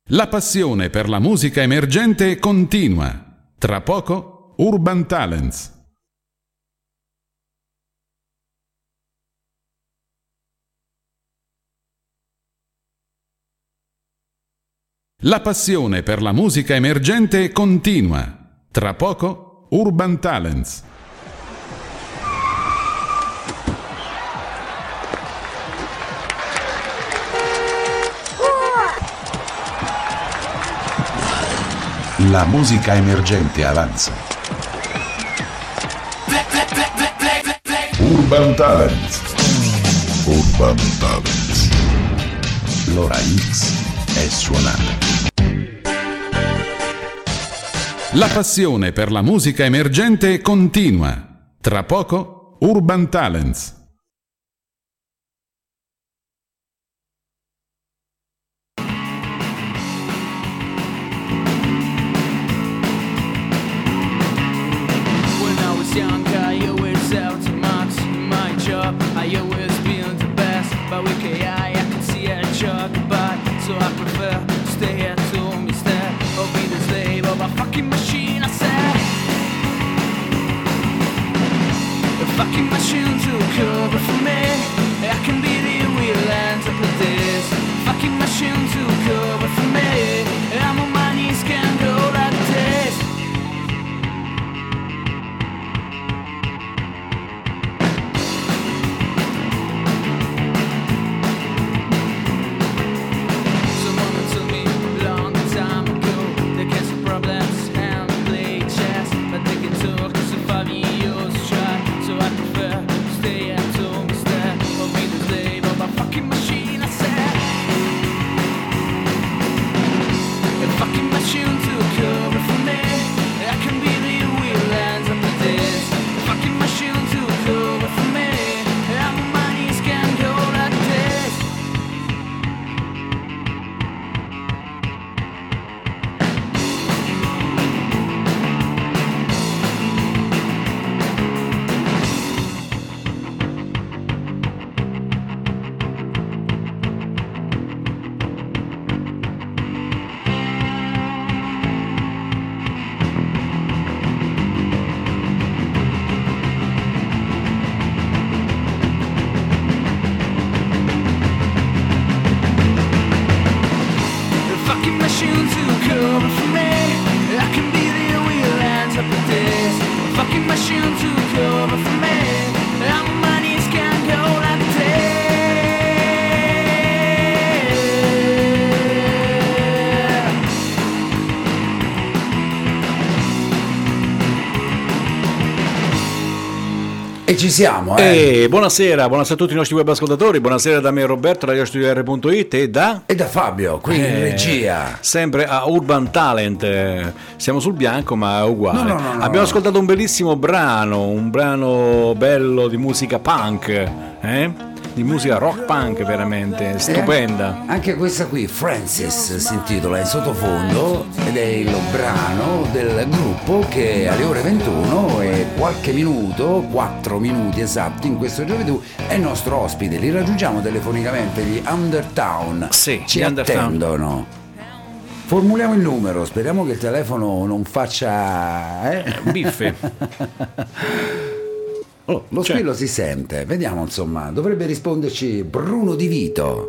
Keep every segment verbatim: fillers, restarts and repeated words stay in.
La passione per la musica emergente continua. Tra poco, Urban Talents. La passione per la musica emergente continua. Tra poco, Urban Talents. La musica emergente avanza. Urban Talents. Urban Talents. L'ora X è suonata. La passione per la musica emergente continua. Tra poco, Urban Talents. Fucking machine to cover for me. I can be the wheel and top of this. Fucking machine to cover for me. I'm on my knees, can't go like this. Someone told me a long time ago there can some problems and play chess, but they can talk to some five years try. So I prefer to stay at home instead of being the slave of a fucking machine, I said. A fucking machine to cover for me. I can be the wheel and up to this. A fucking machine to cover for me. I'm on my knees, can't go like this. Fucking machine to cover for me. I can be the wheel and top of this. Fucking machine to cover for me. I'm on my knees, can't go like this. E ci siamo, eh? E buonasera, buonasera a tutti i nostri web ascoltatori, buonasera da me Roberto, radio studio r punto it e da... E da Fabio, qui in Eh, regia. Sempre a Urban Talent, eh, siamo sul bianco ma è uguale. No, no, no, no, Abbiamo no. ascoltato un bellissimo brano, un brano bello di musica punk, eh? Di musica rock punk veramente, stupenda. Eh, anche questa qui, Francis, si intitola in sottofondo ed è il brano del gruppo che alle ore ventuno e qualche minuto, quattro minuti esatti in questo giovedì, è il nostro ospite. Li raggiungiamo telefonicamente, gli Undertown. Sì, ci gli Undertown. attendono. Formuliamo il numero, speriamo che il telefono non faccia... Eh? Biffe. Oh, lo Cioè. squillo si sente, vediamo insomma, dovrebbe risponderci Bruno Di Vito.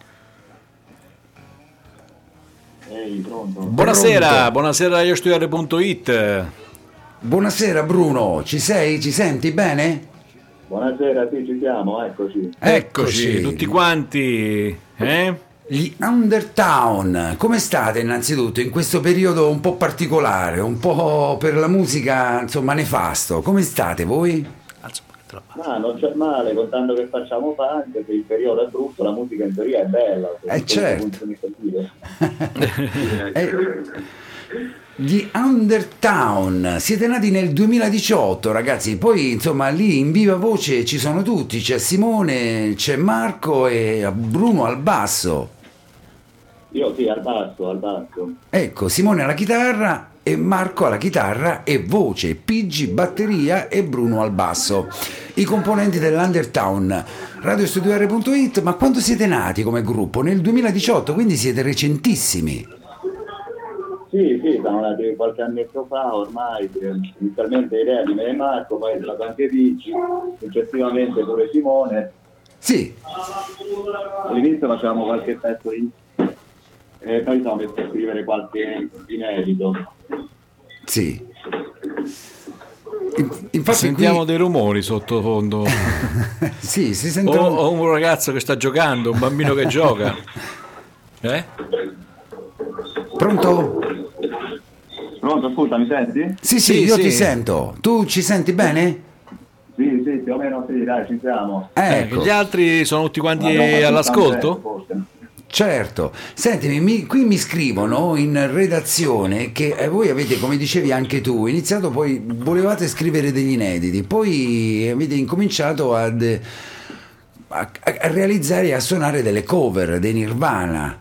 Ehi, pronto? Buonasera, Pronto. buonasera radio studio r punto it. Buonasera Bruno, ci sei? Ci senti bene? Buonasera, sì, ci siamo, eccoci. Eccoci, tutti quanti, eh? Gli Undertown, come state innanzitutto in questo periodo un po' particolare, un po' per la musica insomma nefasto, come state voi? Ma non c'è male, contando che facciamo punk, se il periodo è brutto, la musica in teoria è bella. Eh, certo. funzioni così. Eh, Gli Undertown, siete nati nel duemiladiciotto ragazzi, poi insomma lì in viva voce ci sono tutti, c'è Simone, c'è Marco e Bruno al basso. Io sì, al basso, al basso. Ecco, Simone alla chitarra e Marco alla chitarra e voce, Pigi batteria e Bruno al basso. I componenti dell'Undertown, radio studio r punto it. Ma quando siete nati come gruppo? Nel duemiladiciotto, quindi siete recentissimi. Sì, sì, siamo nati qualche annetto fa ormai, che inizialmente idea di me e Marco, poi è stato anche Vici, successivamente pure Simone. Sì, All'inizio facevamo qualche pezzo in... e poi siamo messi a scrivere qualche inedito. sì. In- Infatti Sentiamo qui... dei rumori sottofondo. Sì, si O, sentono... o un ragazzo che sta giocando, un bambino che gioca. Eh? Pronto? Pronto, ascolta, mi senti? Sì, sì, Sì, io sì. ti sento. Tu ci senti bene? Sì, sì, più o meno sì, dai, ci siamo. Eh, Eh, ecco. gli altri sono tutti quanti Abbiamo fatto un all'ascolto? forse. Certo, sentimi, mi- qui mi scrivono in redazione che eh, voi avete, come dicevi anche tu, iniziato poi, volevate scrivere degli inediti, poi avete incominciato ad, a, a realizzare e a suonare delle cover dei Nirvana.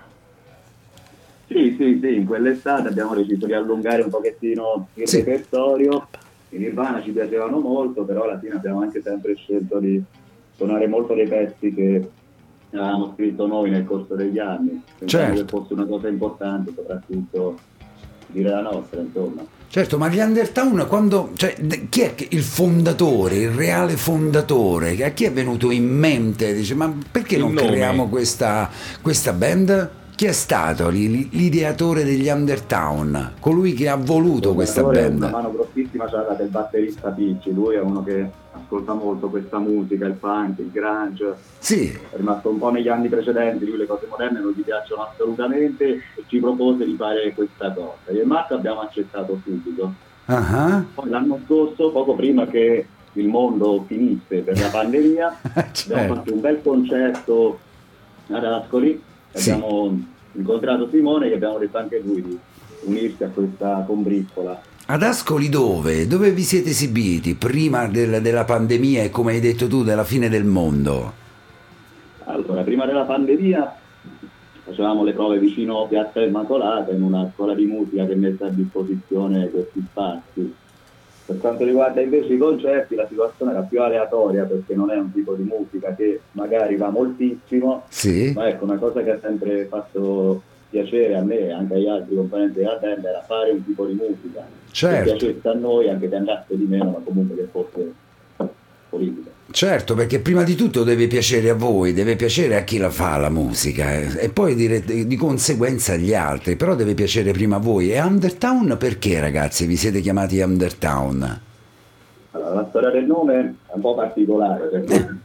Sì, sì, sì, in quell'estate abbiamo deciso di allungare un pochettino il Sì. repertorio. I Nirvana ci piacevano molto, però alla fine abbiamo anche sempre scelto di suonare molto dei pezzi che avevamo scritto noi nel corso degli anni. Pensavo Certo. che fosse una cosa importante, soprattutto dire la nostra, insomma. Certo, ma gli Undertown quando, cioè, d- chi è che- il fondatore, il reale fondatore? A chi è venuto in mente? Dice, ma perché Il non nome. creiamo questa, questa band? Chi è stato l'i- l'ideatore degli Undertown? Colui che ha voluto questa Una band? mano grossissima c'ha data il batterista Picci, lui è uno che ascolta molto questa musica, il punk, il grunge. Sì, È rimasto un po' negli anni precedenti, lui le cose moderne non gli piacciono assolutamente e ci propose di fare questa cosa. Io e Marco abbiamo accettato subito. ah, Poi l'anno scorso, poco prima che il mondo finisse per la pandemia, certo. abbiamo fatto un bel concerto ad Ascoli, Sì. abbiamo incontrato Simone che abbiamo detto anche lui di unirsi a questa combriccola. Ad Ascoli dove? Dove vi siete esibiti prima del- della pandemia e come hai detto tu della fine del mondo? Allora, prima della pandemia facevamo le prove vicino a Piazza Immacolata in una scuola di musica che mette a disposizione questi spazi. Per quanto riguarda invece i concerti la situazione era più aleatoria perché non è un tipo di musica che magari va moltissimo, Sì, ma ecco una cosa che ha sempre fatto piacere a me e anche agli altri componenti della band era fare un tipo di musica certo. che piacesse a noi anche che andasse di meno ma comunque che fosse politica. Certo, perché prima di tutto deve piacere a voi, deve piacere a chi la fa la musica eh, e poi dire, di conseguenza agli altri, però deve piacere prima a voi. E Undertown perché, ragazzi, vi siete chiamati Undertown? Allora, la storia del nome è un po' particolare perché...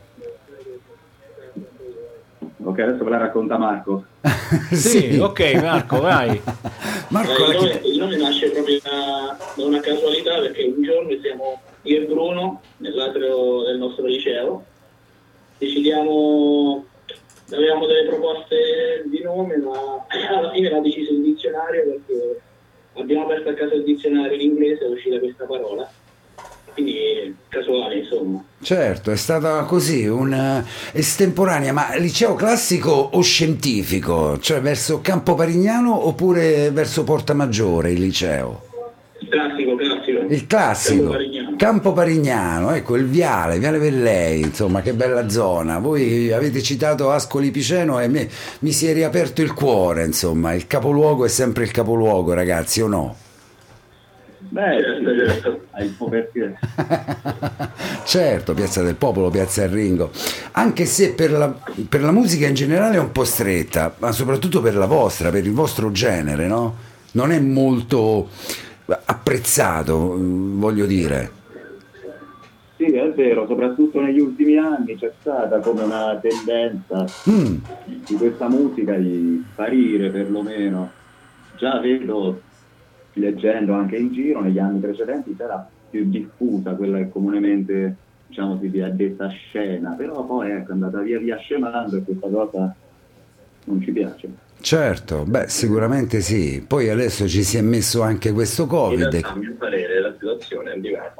Ok, adesso ve la racconta Marco. Sì, ok Marco, vai. Marco, Eh, la il, nome, chitarra. il nome nasce proprio da, da una casualità perché un giorno siamo io e Bruno nell'atrio del nostro liceo, decidiamo, avevamo delle proposte di nome ma alla fine l'ha deciso il dizionario perché abbiamo aperto a caso il dizionario in inglese e è uscita questa parola, quindi casuale insomma. Certo, è stata così, una estemporanea, ma liceo classico o scientifico? Cioè verso Campo Parignano oppure verso Porta Maggiore il liceo? Classico, classico. Il classico, Campo Parignano. Campo Parignano, ecco il Viale, Viale Vellei, insomma che bella zona. Voi avete citato Ascoli Piceno e me- mi si è riaperto il cuore, insomma, il capoluogo è sempre il capoluogo, ragazzi, o no? Beh, Certo, certo. hai il suo perché. Certo, Piazza del Popolo, Piazza Arringo, anche se per la, per la musica in generale è un po' stretta, ma soprattutto per la vostra, per il vostro genere, no? Non è molto apprezzato, voglio dire. Sì, è vero, soprattutto negli ultimi anni c'è stata come una tendenza Mm, di questa musica di sparire perlomeno. Già vedo, leggendo anche in giro, negli anni precedenti c'era più diffusa quella che comunemente diciamo si è detta scena, però poi ecco, è andata via via scemando e questa cosa non ci piace. certo, beh, sicuramente sì. Poi adesso ci si è messo anche questo In Covid. realtà, a mio parere, la situazione è diversa.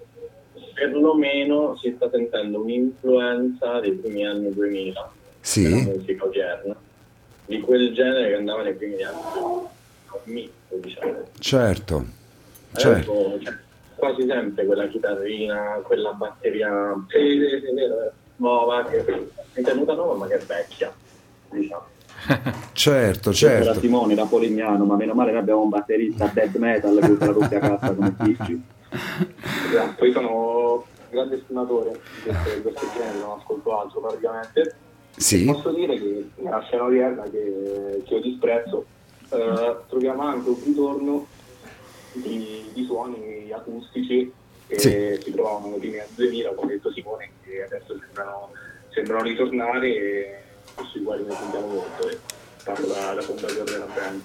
Perlomeno si sta sentendo un'influenza dei primi anni duemila Sì, della musica odierna, di quel genere che andava nei primi anni duemila. Un mito, diciamo. certo, certo. Adesso, cioè, quasi sempre quella chitarrina, quella batteria sì, sì, sì, vero, vero, nuova, che è tenuta nuova ma che è vecchia, diciamo. Certo, Questo era certo. Simone da Polignano, ma meno male che abbiamo un batterista death metal con la doppia cassa come Ticci. Esatto, io sono un grande stimatore di questo, di questo genere, non ascolto altro praticamente. Sì. Posso dire che nella scena odierna che, che io disprezzo eh, troviamo anche un ritorno di, di suoni acustici che Sì. si trovavano nei primi anni duemila, come ha detto Simone, che adesso sembrano, sembrano ritornare e sui quali noi puntiamo molto, e parlo da, da fondatore della band.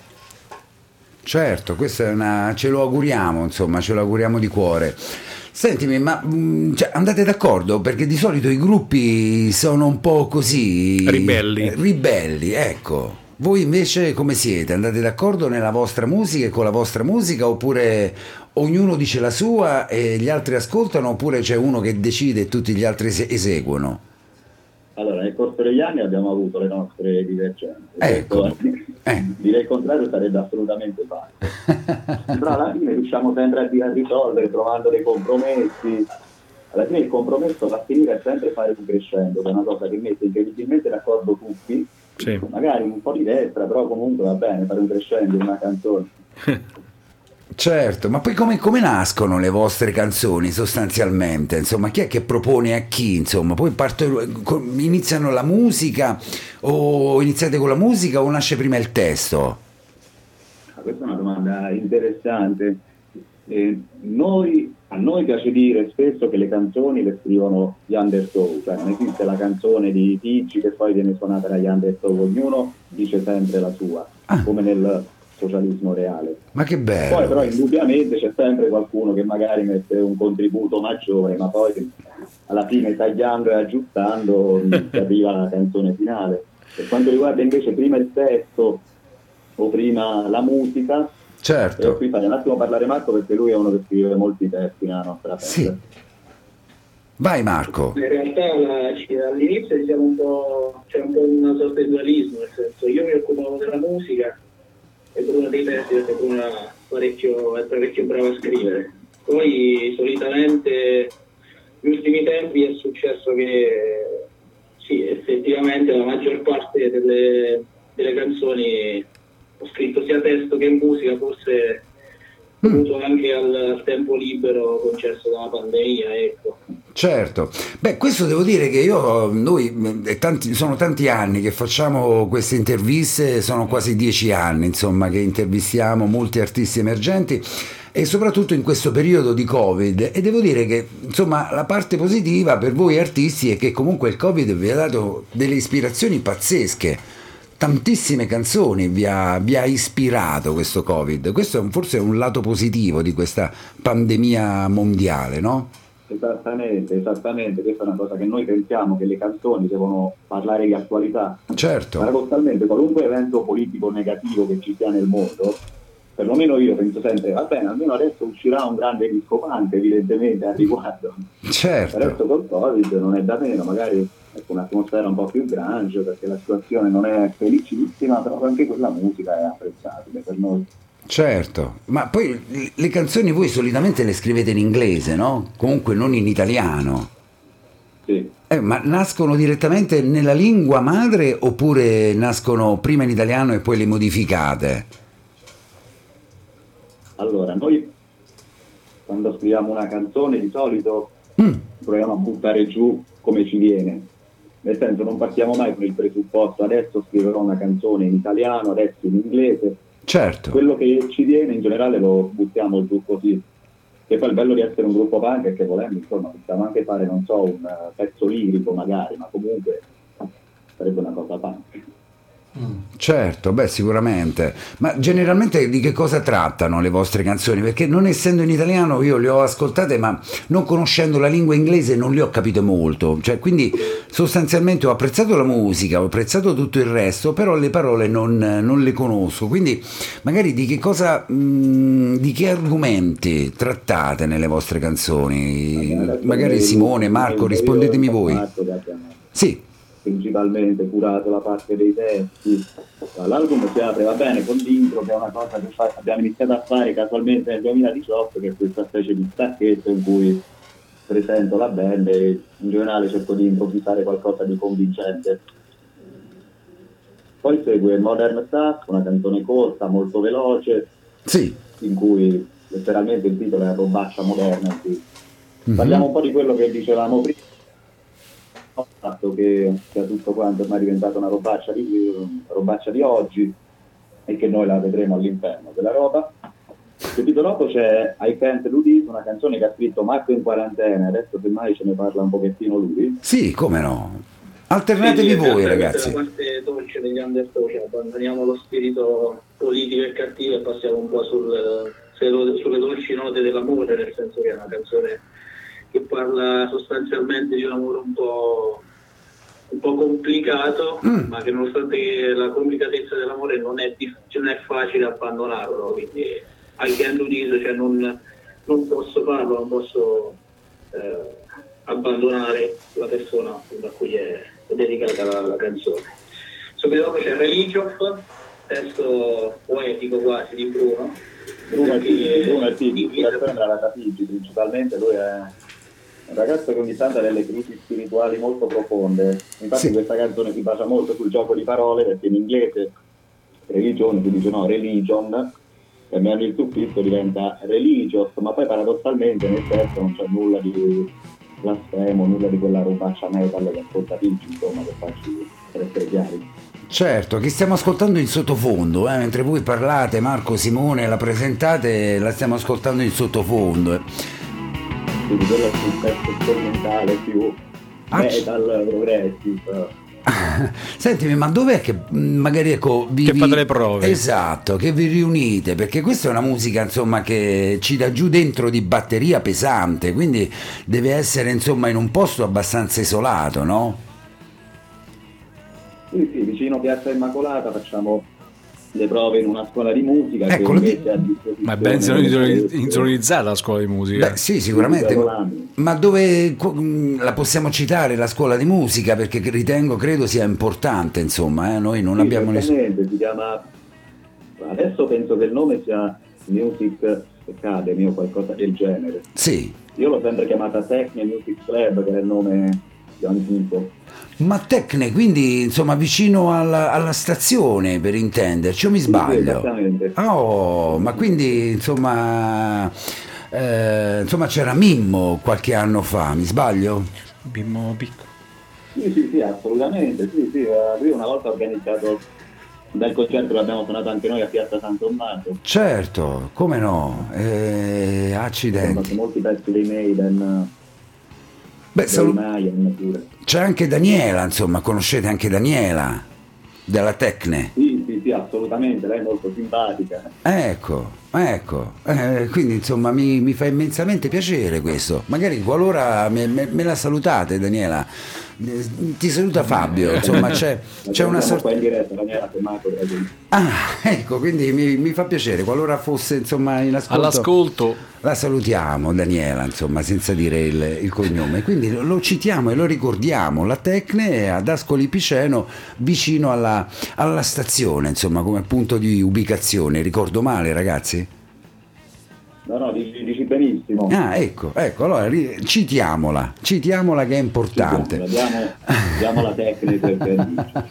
Certo, questa è una, ce lo auguriamo, insomma, ce lo auguriamo di cuore. Sentimi, ma mh, cioè, andate d'accordo? Perché di solito i gruppi sono un po' così... Ribelli. eh, ribelli, ecco. Voi invece come siete? Andate d'accordo nella vostra musica e con la vostra musica, oppure ognuno dice la sua e gli altri ascoltano, oppure c'è uno che decide e tutti gli altri ese- eseguono? Allora, nel corso degli anni abbiamo avuto le nostre divergenze. Ecco. Questo, Eh. direi il contrario, sarebbe assolutamente falso. Però alla fine riusciamo sempre a, a risolvere trovando dei compromessi. Alla fine il compromesso va a finire sempre fare un crescendo, che è una cosa che mette incredibilmente d'accordo tutti, Sì. magari un po' di destra, però comunque va bene fare un crescendo in una canzone. Certo, ma poi come, come nascono le vostre canzoni sostanzialmente? Insomma, chi è che propone a chi? Insomma, poi parte, iniziano la musica o iniziate con la musica o nasce prima il testo? Ah, questa è una domanda interessante. Eh, noi, a noi piace dire spesso che le canzoni le scrivono gli Undertow, cioè non esiste la canzone di Ticci che poi viene suonata dagli Undertow, ognuno dice sempre la sua, Ah. come nel socialismo reale. Ma che bello! Poi però questo. indubbiamente c'è sempre qualcuno che magari mette un contributo maggiore, ma poi alla fine tagliando e aggiustando si arriva alla canzone finale. Per quanto riguarda invece prima il testo o prima la musica, e Certo, qui fai un attimo parlare Marco perché lui è uno che scrive molti testi nella nostra sì. band. Vai Marco. In realtà la- ci- all'inizio ci siamo un po', c'è un po' una sorta di dualismo, nel senso io mi occupavo della musica e Bruno dei testi, perché Bruno era parecchio, è parecchio bravo a scrivere. Poi solitamente negli ultimi tempi è successo che sì, effettivamente la maggior parte delle, delle canzoni ho scritto sia testo che musica, forse dovuto anche al, al tempo libero concesso dalla pandemia, ecco. Certo, beh, questo devo dire che io, noi, eh, tanti, sono tanti anni che facciamo queste interviste, sono quasi dieci anni, insomma, che intervistiamo molti artisti emergenti e soprattutto in questo periodo di Covid, e devo dire che, insomma, la parte positiva per voi artisti è che comunque il Covid vi ha dato delle ispirazioni pazzesche. Tantissime canzoni vi ha, vi ha ispirato questo Covid. Questo è un, forse un lato positivo di questa pandemia mondiale, no? Esattamente, esattamente, questa è una cosa che noi pensiamo, che le canzoni devono parlare di attualità. Certo. Paradossalmente qualunque evento politico negativo che ci sia nel mondo, perlomeno io penso sempre, va bene, almeno adesso uscirà un grande disco punk evidentemente al riguardo. Certo. Adesso col Covid non è da meno, magari ecco, un'atmosfera un po' più grunge perché la situazione non è felicissima, però anche quella musica è apprezzabile per noi. Certo, ma poi le canzoni voi solitamente le scrivete in inglese, no? Comunque non in italiano. Sì. Eh, ma nascono direttamente nella lingua madre oppure nascono prima in italiano e poi le modificate? Allora, noi quando scriviamo una canzone di solito Mm, proviamo a buttare giù come ci viene, nel senso non partiamo mai con il presupposto adesso scriverò una canzone in italiano, adesso in inglese, certo, quello che ci viene in generale lo buttiamo giù così. E poi il bello di essere un gruppo punk è che volendo, insomma, possiamo anche fare, non so, un uh, pezzo lirico magari, ma comunque sarebbe una cosa punk. certo, beh, sicuramente. Ma generalmente di che cosa trattano le vostre canzoni? Perché non essendo in italiano io le ho ascoltate, ma non conoscendo la lingua inglese non le ho capite molto. Cioè, quindi sostanzialmente ho apprezzato la musica, ho apprezzato tutto il resto, però le parole non, non le conosco. Quindi magari di che cosa, mh, di che argomenti trattate nelle vostre canzoni? Magari Simone, Marco, rispondetemi voi. Marco che abbiamo Sì. principalmente curato la parte dei testi. L'album si apre, va bene, con l'intro, che è una cosa che fa- abbiamo iniziato a fare casualmente nel duemiladiciotto, che è questa specie di stacchetto in cui presento la band e in generale cerco di improvvisare qualcosa di convincente. Poi segue Modern Stuff, una canzone corta, molto veloce, Sì. in cui letteralmente il titolo è Robaccia moderna. Sì. Mhm. Parliamo un po' di quello che dicevamo prima, il fatto che sia tutto quanto ormai diventato una robaccia di, una robaccia di oggi e che noi la vedremo all'interno della roba. Subito dopo c'è I Can't Do This, una canzone che ha scritto Marco in quarantena, adesso semmai ce ne parla un pochettino lui. Sì, come no. Alternatevi Sì, voi, questa ragazzi. è la parte dolce degli Undertow, cioè abbandoniamo lo spirito politico e cattivo e passiamo un po' sul, sulle dolci note dell'amore, nel senso che è una canzone che parla sostanzialmente di un amore un po', un po' complicato, mm. ma che nonostante la complicatezza dell'amore non è, non è facile abbandonarlo, quindi I can't do this, cioè non, non posso farlo, non posso eh, abbandonare la persona a cui è dedicata la, la canzone. Subito dopo c'è Religion, testo poetico quasi di Bruno. Bruno è l'ispirazione della Catigi, principalmente lui è un ragazzo che ogni tanto ha delle crisi spirituali molto profonde. Infatti sì. Questa canzone si basa molto sul gioco di parole, perché in inglese religione si dice no, religion, e meglio il suffitto diventa religious, ma poi paradossalmente nel testo non c'è nulla di blasfemo, nulla di quella robaccia metal che ascolta Picci, insomma, per farci per essere chiari. Certo, che stiamo ascoltando in sottofondo, eh? Mentre voi parlate, Marco, Simone, la presentate, la stiamo ascoltando in sottofondo. Eh. Quindi quello è il pezzo sperimentale più metal, progressive. Sentimi, ma dov'è che magari ecco vi, che fate le prove? Esatto, che vi riunite, perché questa è una musica insomma che ci dà giù dentro di batteria pesante, quindi deve essere insomma in un posto abbastanza isolato, no? Sì, sì, vicino a Piazza Immacolata facciamo le prove in una scuola di musica. Ecco, che di... a disposizione ma è ben insonorizzata la scuola di musica. Beh, sì, sicuramente. Ma dove la possiamo citare la scuola di musica? Perché ritengo, credo sia importante, insomma, eh? Noi non sì, abbiamo nessuno. Si chiama, adesso penso che il nome sia Music Academy o qualcosa del genere. Sì. Io l'ho sempre chiamata Technia Music Club, che era il nome più antico. Ma Tecne, quindi insomma vicino alla, alla stazione, per intenderci, o mi sbaglio? Sì, oh, ma quindi insomma, eh, insomma c'era Mimmo qualche anno fa, mi sbaglio? Mimmo piccolo. Sì, sì, sì, assolutamente, sì, sì. Lui una volta ha organizzato dal concerto, l'abbiamo suonato anche noi a Piazza San Tommaso. Certo, come no, eh, accidenti. Abbiamo fatto molti pezzi dei Maiden. Beh, salu- pure. C'è anche Daniela, insomma, conoscete anche Daniela della Tecne? Sì, sì, sì, assolutamente, lei è molto simpatica. Ecco, ecco, eh, quindi insomma mi, mi fa immensamente piacere questo. Magari qualora me, me, me la salutate, Daniela, ti saluta Fabio, insomma c'è, c'è una sorta... qua in diretta, Daniela, che Marco, ah, ecco, quindi mi, mi fa piacere, qualora fosse insomma in ascolto, all'ascolto, la salutiamo Daniela, insomma, senza dire il, il cognome, quindi lo, lo citiamo e lo ricordiamo, la Tecne ad Ascoli Piceno, vicino alla, alla stazione, insomma, come punto di ubicazione. Ricordo male, ragazzi? No, no, dici, dici benissimo. Ah, ecco, ecco, allora citiamola, citiamola che è importante. Diamo, diamo la tecnica per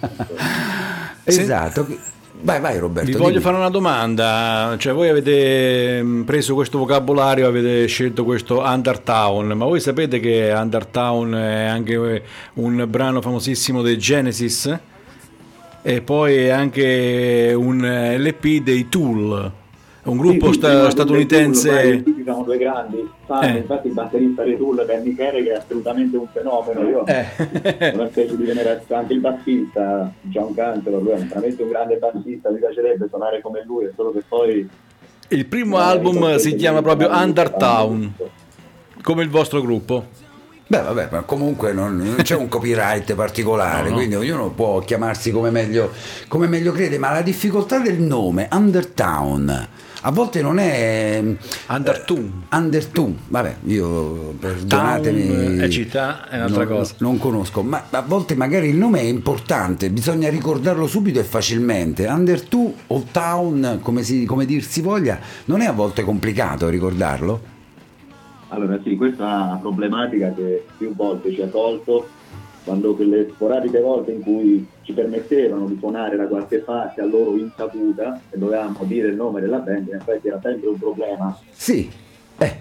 esatto. Vai, vai Roberto. Vi voglio dimmi. fare una domanda, cioè voi avete preso questo vocabolario, avete scelto questo Undertown, ma voi sapete che Undertown è anche un brano famosissimo dei Genesis e poi è anche un L P dei Tool, un gruppo sì, sì, sta- sì, statunitense. Ci sono due grandi fan, Eh. infatti il batterista dei Tool, Benny Carey, che è assolutamente un fenomeno. Io Eh. una specie di venerazione, anche il bassista John Cantor, lui è veramente un grande bassista, mi piacerebbe suonare come lui, è solo che poi Il primo eh, album si chiama proprio eh, Undertown, come il vostro gruppo. Beh, vabbè, ma comunque non, non c'è un copyright particolare, No, no. quindi ognuno può chiamarsi come meglio, come meglio crede, ma la difficoltà del nome, Undertown, a volte non è... Undertown. eh, Undertown, vabbè, io perdonatemi... Town è città, è un'altra non, cosa. Non conosco, ma a volte magari il nome è importante, bisogna ricordarlo subito e facilmente. Undertown o Town, come, si, come dir si voglia, non è a volte complicato ricordarlo? allora sì, questa è una problematica che più volte ci ha colto quando quelle sporadiche volte in cui ci permettevano di suonare da qualche parte a loro insaputa e dovevamo dire il nome della band, in effetti era sempre un problema. Sì, eh.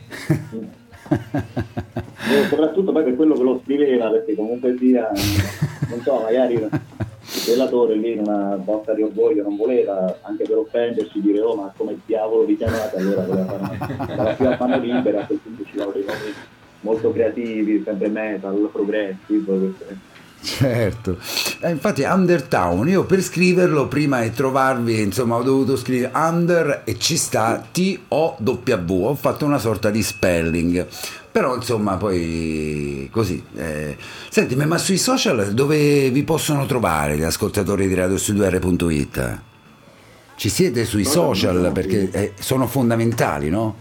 E soprattutto poi per quello che lo scriveva, perché comunque sia, non so, magari il relatore lì in una botta di orgoglio non voleva, anche per offenderci, dire oh ma come diavolo vi chiamate, allora voleva fare una più a mano libera, a quel punto ci sono dei nomi molto creativi, sempre metal, progressive. Certo, eh, infatti Undertown, io per scriverlo prima e trovarvi, insomma, ho dovuto scrivere Under e ci sta T O W, ho fatto una sorta di spelling, però insomma poi così. Eh. Senti, ma sui social dove vi possono trovare gli ascoltatori di radio studio R punto it? Ci siete sui social? Perché eh, sono fondamentali, no?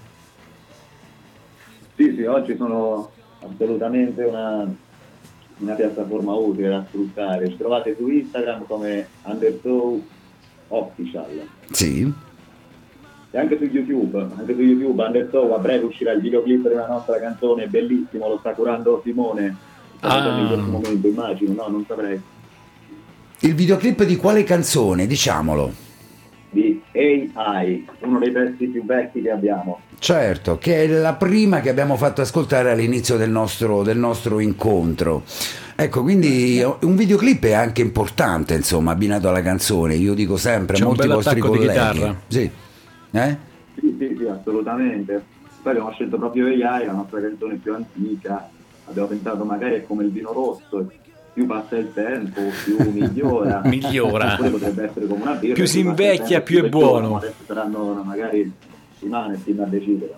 Sì, sì, oggi sono assolutamente una, una piattaforma utile da sfruttare. Ci trovate su Instagram come Undertow Official. Sì. E anche su YouTube, anche su YouTube Undertow, a breve uscirà il videoclip di una nostra canzone, bellissimo, lo sta curando Simone. Ah. In questo momento, immagino, no, non saprei. Il videoclip di quale canzone, diciamolo? Di A I, uno dei pezzi più vecchi che abbiamo. Certo, che è la prima che abbiamo fatto ascoltare all'inizio del nostro, del nostro incontro. Ecco, quindi un videoclip è anche importante, insomma, abbinato alla canzone. Io dico sempre, c'è molti un bel vostri attacco colleghi. di chitarra. Sì. Eh? Sì, sì, sì, assolutamente. Poi abbiamo scelto proprio A I, la nostra canzone più antica. Abbiamo pensato magari è come il vino rosso, più passa il tempo, più migliora. Migliora. Oppure potrebbe essere come una birra. Più si invecchia, più è buono. Adesso saranno magari i Maneskin a decidere.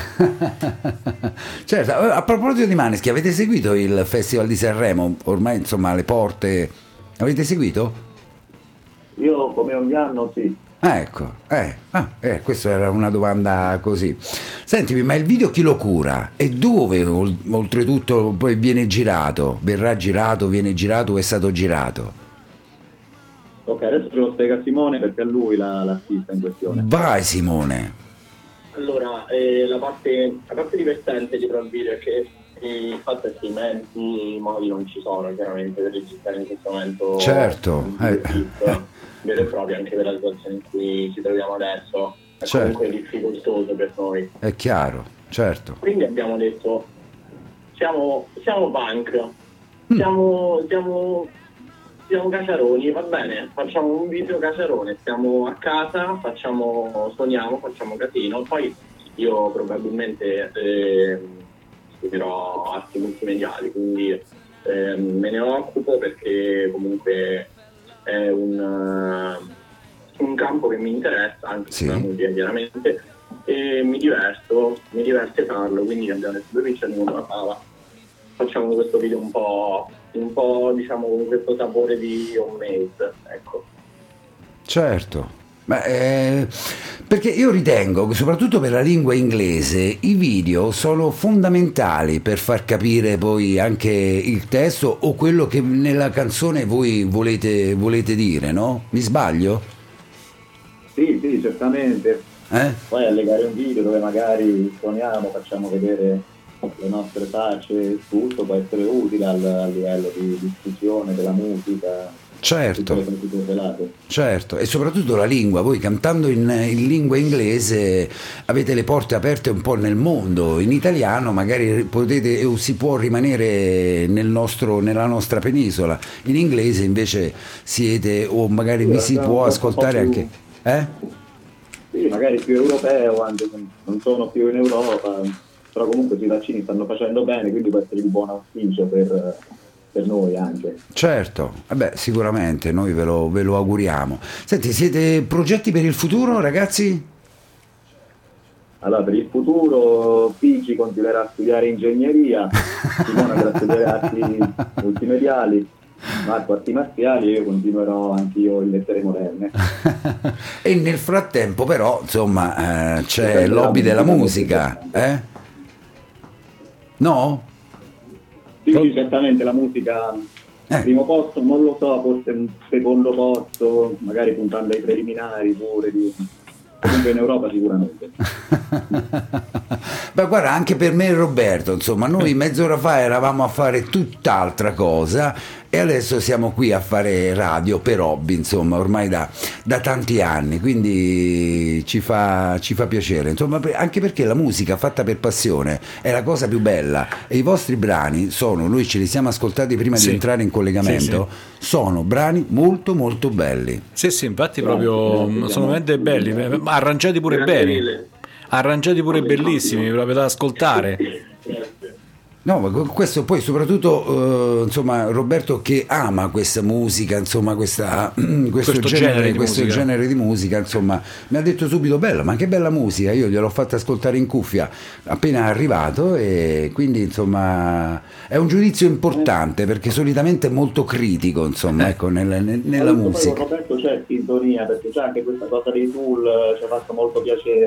Certo, a proposito di Maneskin, avete seguito il Festival di Sanremo? Ormai, insomma, alle porte. Avete seguito? Io come ogni anno sì. Ah, ecco, eh, ah, eh, questa era una domanda così. Sentimi, ma il video chi lo cura? E dove ol- oltretutto poi viene girato? Verrà girato, viene girato o è stato girato? Ok, adesso ce lo spiega Simone perché è lui la, l'artista in questione. Vai Simone. Allora, eh, la, parte, la parte divertente di il video è che il fatto è che i mezzi, i modi non ci sono chiaramente per registrare in questo momento. Certo. Eh. Vero e proprio anche per la situazione in cui ci troviamo adesso, è certo. comunque difficoltoso per noi. È chiaro, certo. Quindi abbiamo detto, siamo, siamo punk, siamo, siamo, siamo caciaroni, va bene, facciamo un video caciarone, stiamo a casa, facciamo, suoniamo, facciamo casino, poi io probabilmente eh, studierò arti multimediali, quindi eh, me ne occupo perché comunque è un, uh, un campo che mi interessa, anche sì. la musica chiaramente, e mi diverto, mi diverte farlo, quindi abbiamo detto due piccioni con una fava, facciamo questo video un po', un po' diciamo con questo sapore di homemade, ecco. Certo. Ma, eh, perché io ritengo che soprattutto per la lingua inglese i video sono fondamentali per far capire poi anche il testo o quello che nella canzone voi volete, volete dire, no? Mi sbaglio? Sì, sì, certamente. Eh? Poi allegare un video dove magari suoniamo, facciamo vedere le nostre facce, tutto può essere utile al, a livello di diffusione della musica. Certo, certo, e soprattutto la lingua, voi cantando in, in lingua inglese avete le porte aperte un po' nel mondo, in italiano magari potete o si può rimanere nel nostro, nella nostra penisola, in inglese invece siete o magari sì, vi si può ascoltare più, anche... Eh? Sì, magari più europeo, anche se non sono più in Europa, però comunque i vaccini stanno facendo bene, quindi può essere di buon auspicio per... per noi anche. Certo, vabbè, sicuramente noi ve lo, ve lo auguriamo. Senti, siete progetti per il futuro, ragazzi? Allora, per il futuro Pigi continuerà a studiare ingegneria, Simone andrà a studiare arti multimediali, Marco arti marziali e io continuerò anch'io in lettere moderne. E nel frattempo però, insomma, eh, c'è il lobby della musica, eh? No? Sì, sì, certamente la musica eh. primo posto, non lo so, forse un secondo posto, magari puntando ai preliminari pure, di... comunque in Europa sicuramente. Beh, guarda, anche per me e Roberto, insomma, noi mezz'ora fa eravamo a fare tutt'altra cosa e adesso siamo qui a fare radio per hobby, insomma, ormai da, da tanti anni, quindi ci fa, ci fa piacere, insomma, anche perché la musica fatta per passione è la cosa più bella e i vostri brani sono, noi ce li siamo ascoltati prima Sì. di entrare in collegamento, Sì, sono brani molto molto belli. Sì, sì, infatti proprio sono veramente belli, arrangiati pure Grazie bene, mille. arrangiati pure bellissimi, proprio da ascoltare. No, ma questo poi soprattutto eh, insomma Roberto che ama questa musica, insomma questa, questo, Questo genere, genere di questo musica. genere di musica, insomma mi ha detto subito bella, ma che bella musica, io gliel'ho fatta ascoltare in cuffia appena arrivato e quindi insomma è un giudizio importante perché solitamente è molto critico, insomma, ecco, nel- nel- nella Poi musica. con Roberto c'è sintonia perché c'è anche questa cosa dei Tool, eh, ci ha fatto molto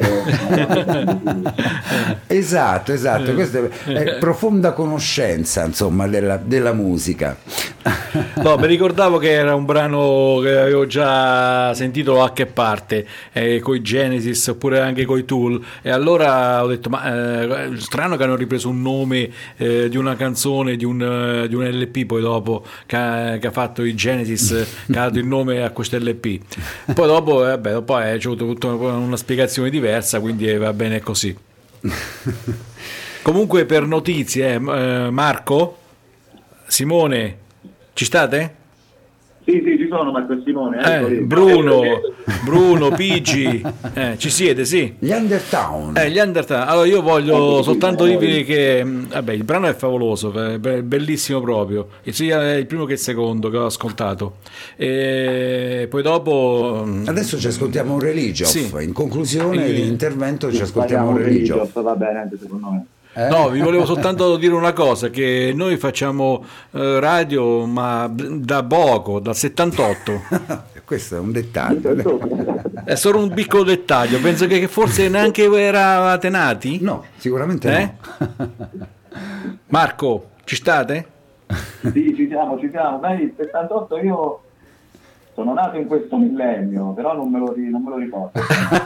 piacere. Esatto, esatto, questa è, è profonda conoscenza, insomma, della, della musica. No, mi ricordavo che era un brano che avevo già sentito da qualche parte, eh, coi Genesis oppure anche coi Tool, e allora ho detto, ma eh, strano che hanno ripreso un nome eh, di una canzone, di un, eh, di un L P poi dopo, che ha, che ha fatto i Genesis, che ha dato il nome a questo L P. Poi dopo, eh, vabbè, dopo eh, c'è avuto tutta una spiegazione diversa, quindi eh, va bene così. Comunque per notizie, eh, Marco, Simone, ci state? Sì, sì, ci sono Marco e Simone. Eh, eccoli. Bruno, Bruno, Pigi, eh, ci siete, sì. Gli Undertown. Eh, gli Undertown. Allora io voglio Ecco, soltanto sì, dirvi che mh, vabbè, il brano è favoloso, è be- bellissimo proprio. E sia il primo che il secondo che ho ascoltato. E poi dopo mh, Adesso ci ascoltiamo un Religioff, Sì. in conclusione Eh, dell'intervento ci ascoltiamo Spariamo un un Religioff. Religioff, va bene anche secondo me. Eh? No, vi volevo soltanto dire una cosa, che noi facciamo eh, radio ma da poco, dal settantotto. Questo è un dettaglio. È solo un piccolo dettaglio, penso che forse neanche eravate nati. No, sicuramente Eh? no. Marco, ci state? Sì, ci siamo, ci siamo. Dai, il settantotto io sono nato in questo millennio, però non me lo, ri- non me lo ricordo.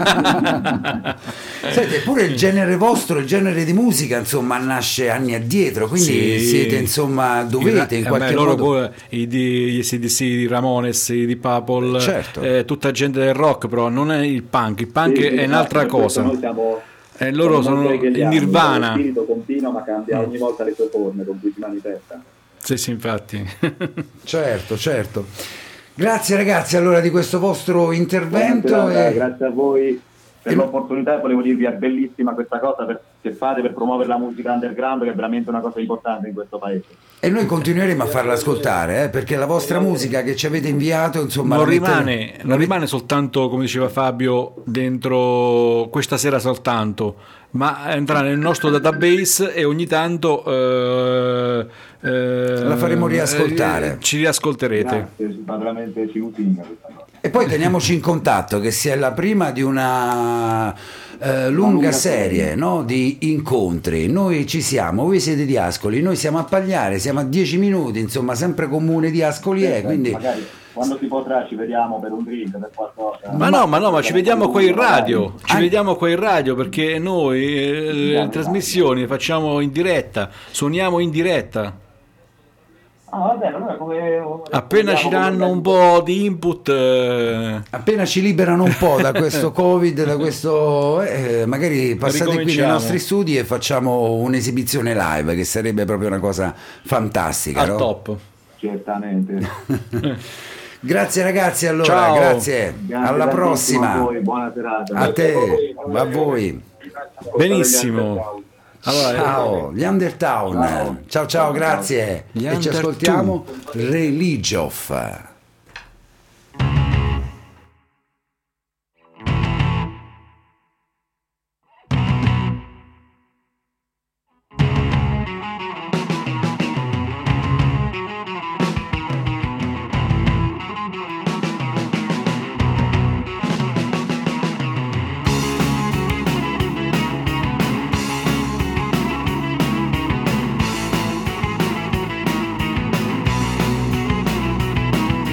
Senti, eppure il genere vostro, il genere di musica, insomma, nasce anni addietro, quindi Sì. siete, insomma, dovete in Eh, qualche beh, loro modo... pure, i di gli A C D C, i Ramones, i di Purple, Certo. eh, tutta gente del rock, però non è il punk, il punk Sì, sì, è un'altra esatto, per cosa. questo Noi siamo, Eh, loro siamo sono molto in hegeliani, Nirvana. Lo spirito continua ma cambia ogni volta le sue forme con cui si manifesta. Sì, sì, infatti. Certo, certo. Grazie ragazzi allora di questo vostro intervento. Buona serata, e... Grazie a voi per e- l'opportunità, volevo dirvi è bellissima questa cosa per- che fate per promuovere la musica underground, che è veramente una cosa importante in questo paese. E noi continueremo a farla ascoltare, eh, perché la vostra musica che ci avete inviato, insomma, Non la mette- rimane, non rimane soltanto, come diceva Fabio, dentro questa sera soltanto, ma entra nel nostro database e ogni tanto eh, eh, La faremo riascoltare. eh, ci riascolterete. Grazie, ci fa veramente ci lusinga questa cosa. E poi teniamoci in contatto che sia la prima di una eh, lunga lunga serie, serie. no? Di incontri. Noi ci siamo, voi siete di Ascoli, noi siamo a Pagliare, siamo a dieci minuti, insomma, sempre comune di Ascoli è, quindi Magari quando si potrà ci vediamo per un drink, per qualcosa. Ma no, ma no, ma ci vediamo qua in radio, ci Ah. vediamo qua in radio perché noi eh, le Andiamo. trasmissioni le facciamo in diretta, suoniamo in diretta. Ah, va bene, allora come... Appena ci danno un po' di input, eh, appena ci liberano un po' da questo Covid, da questo eh, magari passate qui nei Ricominciamo. nostri studi e facciamo un'esibizione live, che sarebbe proprio una cosa fantastica, al no? top. Certamente. Grazie ragazzi, allora, Ciao. grazie, Grazie alla tantissimo prossima. a voi, buona serata. A te, a voi. Benissimo. Allora, Ciao, gli Undertown. Ciao. Ciao, ciao, grazie. Gli e ci Undertown. ascoltiamo Religioff. Thank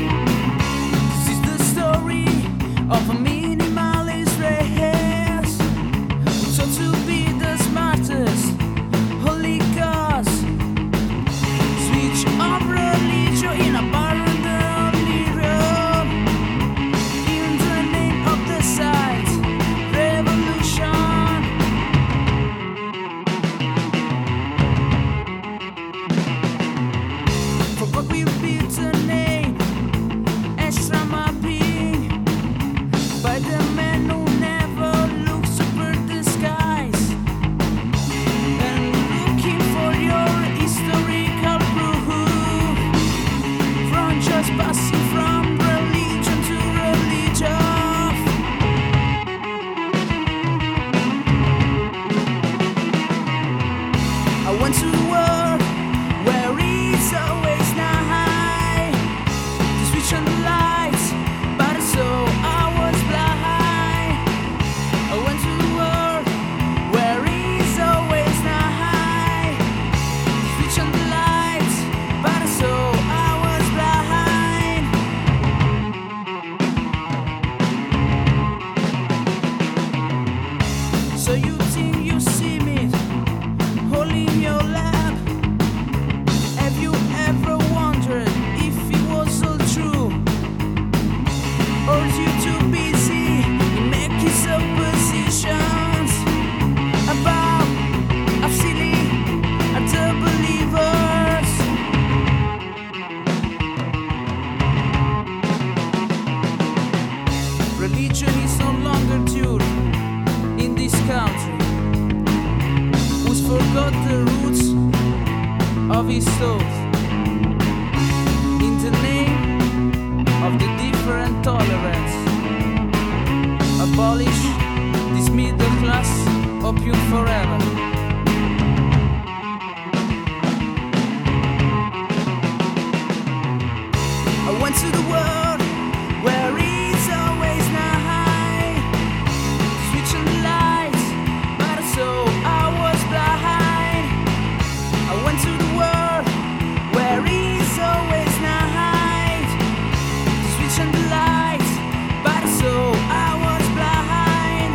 So you think you see me holding your lap? Have you ever wondered if it was all true? Or is you too busy in making suppositions about how silly are the believers? Religion is no longer due in this country. Who's forgot the roots of his thought? In the name of the different tolerance, abolish this middle class opium forever. I went to the world where it's always night, switch on the lights, but so I was blind. I went to the world where it's always night, switch on the lights, but so I was blind.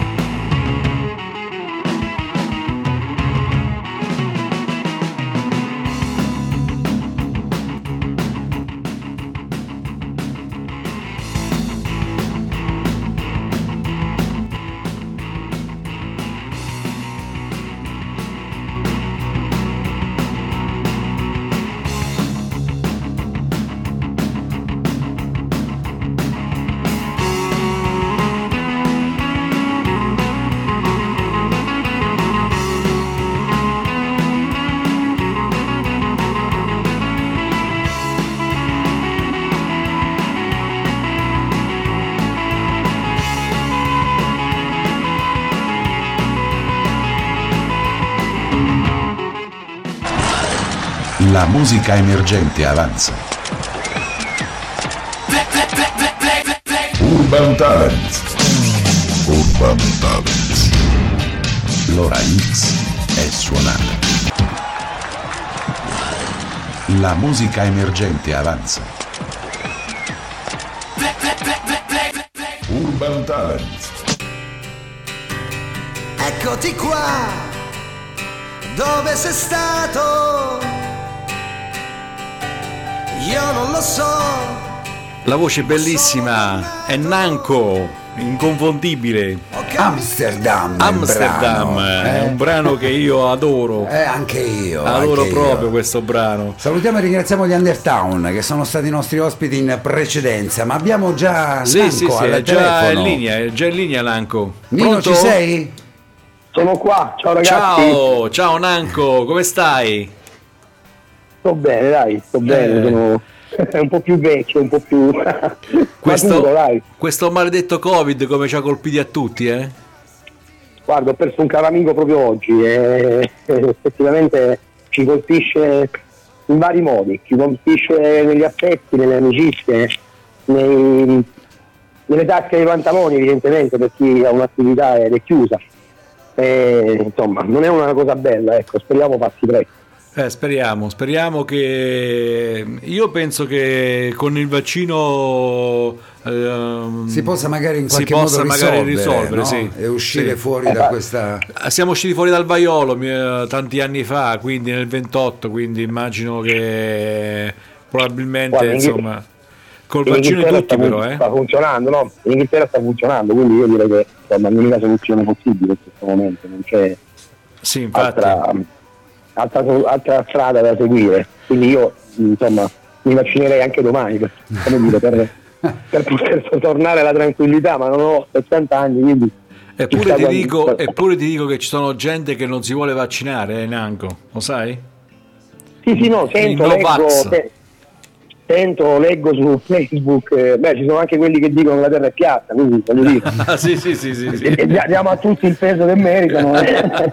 La musica emergente avanza. Urban Talent. Urban Talent. L'ora X è suonata. La musica emergente avanza. Urban Talent. Eccoti qua, dove sei stato? Io non lo so. La voce bellissima è Nanco, inconfondibile. Amsterdam. Amsterdam è un brano che io adoro. Eh, anche io. Adoro anche proprio io. questo brano. Salutiamo e ringraziamo gli Undertown che sono stati i nostri ospiti in precedenza, ma abbiamo già Sì, Nanco sì, sì, al è già telefono. in linea, è già in linea Nanco. Nino, Pronto? ci sei? Sono qua, ciao ragazzi. Ciao, ciao Nanco, come stai? Sto bene, dai, sto bene, Eh. sono un po' più vecchio, un po' più Questo, maturo, dai. questo maledetto Covid come ci ha colpiti a tutti, eh? Guarda, ho perso un caro amico proprio oggi e effettivamente ci colpisce in vari modi, ci colpisce negli affetti, nelle amicizie, nei, nelle tasche dei pantaloni evidentemente per chi ha un'attività ed è chiusa. E, insomma, non è una cosa bella, ecco, speriamo passi presto. Eh, speriamo, speriamo che io penso che con il vaccino ehm, Si possa magari in si qualche possa modo magari risolvere, risolvere, no? sì. E uscire Sì. fuori da questa... Siamo usciti fuori dal vaiolo eh, tanti anni fa, quindi nel ventotto, quindi immagino che probabilmente Guarda, in insomma col in vaccino Inghilterra tutti sta, però, eh. sta funzionando, no? In Inghilterra sta funzionando, quindi io direi che insomma, è l'unica soluzione possibile in questo momento, non c'è Sì, infatti. altra, altra, altra strada da seguire. Quindi io insomma mi vaccinerei anche domani per, come dire, per, per poter tornare alla tranquillità, ma non ho settanta anni, quindi Eppure chissà ti, quando- dico, eppure ti dico che ci sono gente che non si vuole vaccinare, eh, Nanco, lo sai? Sì, sì, no, sento, Il leggo, Novax. se- sento, leggo su Facebook, eh, beh, ci sono anche quelli che dicono che la terra è piatta, quindi voglio dire, Ah, sì, sì, sì, sì, sì. e- e diamo a tutti il peso che meritano, eh.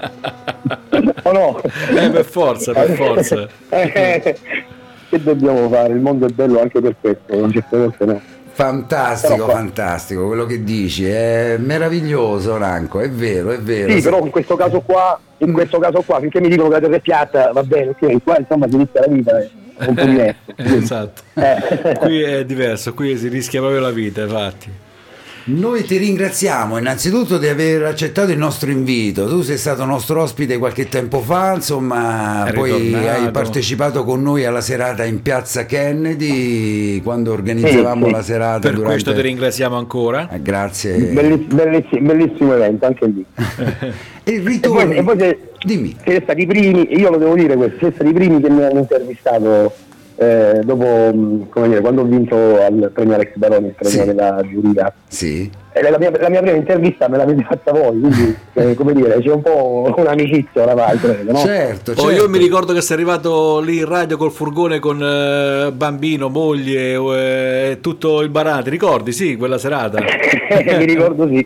o no? Eh, per forza, per forza. Eh, che dobbiamo fare? Il mondo è bello anche per questo, non certe volte no. Fantastico, Però qua- fantastico, quello che dici è meraviglioso, Ranco, è vero, è vero. Sì, però in questo caso qua, in questo caso qua, finché mi dicono che la terra è piatta, va bene, ok, qua insomma si inizia la vita, è un po' diverso. Esatto. Eh. Qui è diverso, qui si rischia proprio la vita, infatti. Noi ti ringraziamo innanzitutto di aver accettato il nostro invito. Tu sei stato nostro ospite qualche tempo fa, insomma, È poi ritornato. hai partecipato con noi alla serata in Piazza Kennedy quando organizzavamo Sì, sì. la serata. Per durante... questo ti ringraziamo ancora. Eh, grazie. Belliss- belliss- bellissimo evento anche lì. E il E ritorno. poi, e poi se- Dimmi. siete stati i primi, io lo devo dire questo, siete stati i primi che mi hanno intervistato eh, dopo, mh, come dire, quando ho vinto al premio Alex Baroni, il premio Sì. della giuria. Sì. E la mia, la mia prima intervista me l'avete fatta voi, quindi eh, come dire, c'è un po' un'amicizia oramai, credo, no? Certo, Poi certo. io mi ricordo che sei arrivato lì in radio col furgone con eh, bambino, moglie e eh, tutto il barà, ti ricordi? Sì, quella serata. Mi ricordo sì.